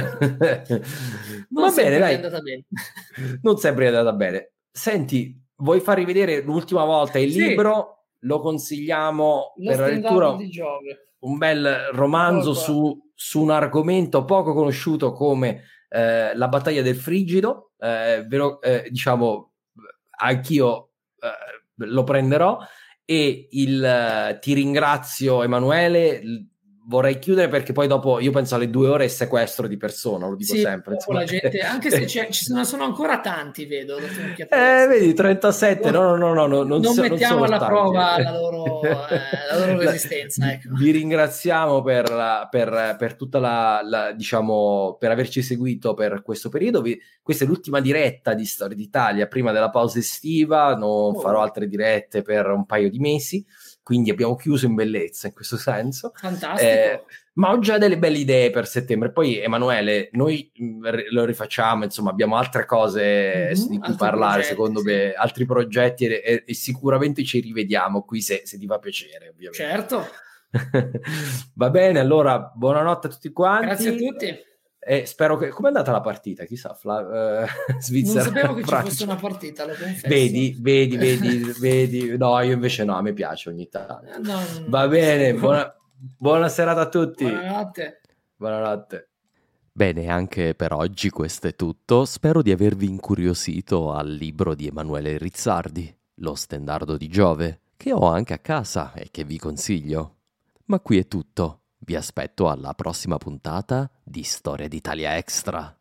Va bene, dai. È andata bene. Non sempre è andata bene. Senti, vuoi far rivedere l'ultima volta il libro? Lo consigliamo per la lettura. Di Giove. Un bel romanzo su un argomento poco conosciuto come la battaglia del Frigido. Diciamo, anch'io lo prenderò. E ti ringrazio, Emanuele. Vorrei chiudere perché poi dopo io penso alle 2 ore e sequestro di persona, lo dico sempre. La gente, anche se ci sono ancora tanti, vedo. Vedi, 37. No, non mettiamo alla prova la loro resistenza. Ecco. Vi ringraziamo per tutta diciamo, per averci seguito per questo periodo. Questa è l'ultima diretta di Storia d'Italia prima della pausa estiva. Non farò altre dirette per un paio di mesi. Quindi abbiamo chiuso in bellezza in questo senso. Fantastico. Ma ho già delle belle idee per settembre. Poi, Emanuele, noi lo rifacciamo, insomma, abbiamo altre cose di cui parlare, progetti, secondo me, altri progetti, e sicuramente ci rivediamo qui se ti fa piacere, ovviamente. Certo. Va bene, allora, buonanotte a tutti quanti. Grazie a tutti. E spero che... Com'è andata la partita? Chissà, Svizzera. Non sapevo che ci fosse una partita, lo confesso. Vedi. No, io invece no, a me piace ogni tanto. Va bene, buona serata a tutti. Buonanotte. Bene, anche per oggi questo è tutto. Spero di avervi incuriosito al libro di Emanuele Rizzardi, Lo stendardo di Giove, che ho anche a casa e che vi consiglio. Ma qui è tutto. Vi aspetto alla prossima puntata di Storia d'Italia Extra.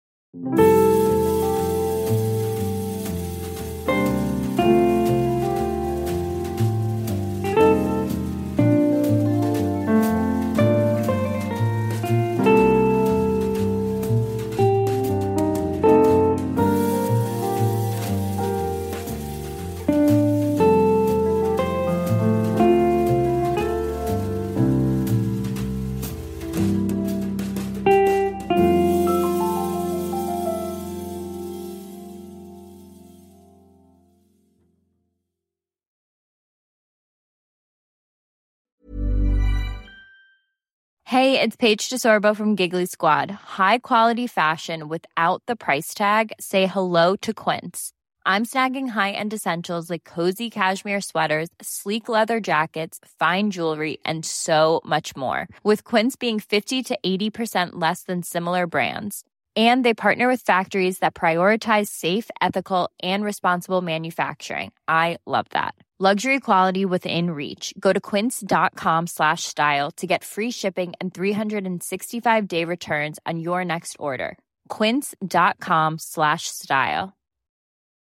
Hey, it's Paige DeSorbo from Giggly Squad. High quality fashion without the price tag. Say hello to Quince. I'm snagging high-end essentials like cozy cashmere sweaters, sleek leather jackets, fine jewelry, and so much more. With Quince being 50 to 80% less than similar brands. And they partner with factories that prioritize safe, ethical, and responsible manufacturing. I love that. Luxury quality within reach. Go to quince.com/style to get free shipping and 365-day returns on your next order. Quince.com/style.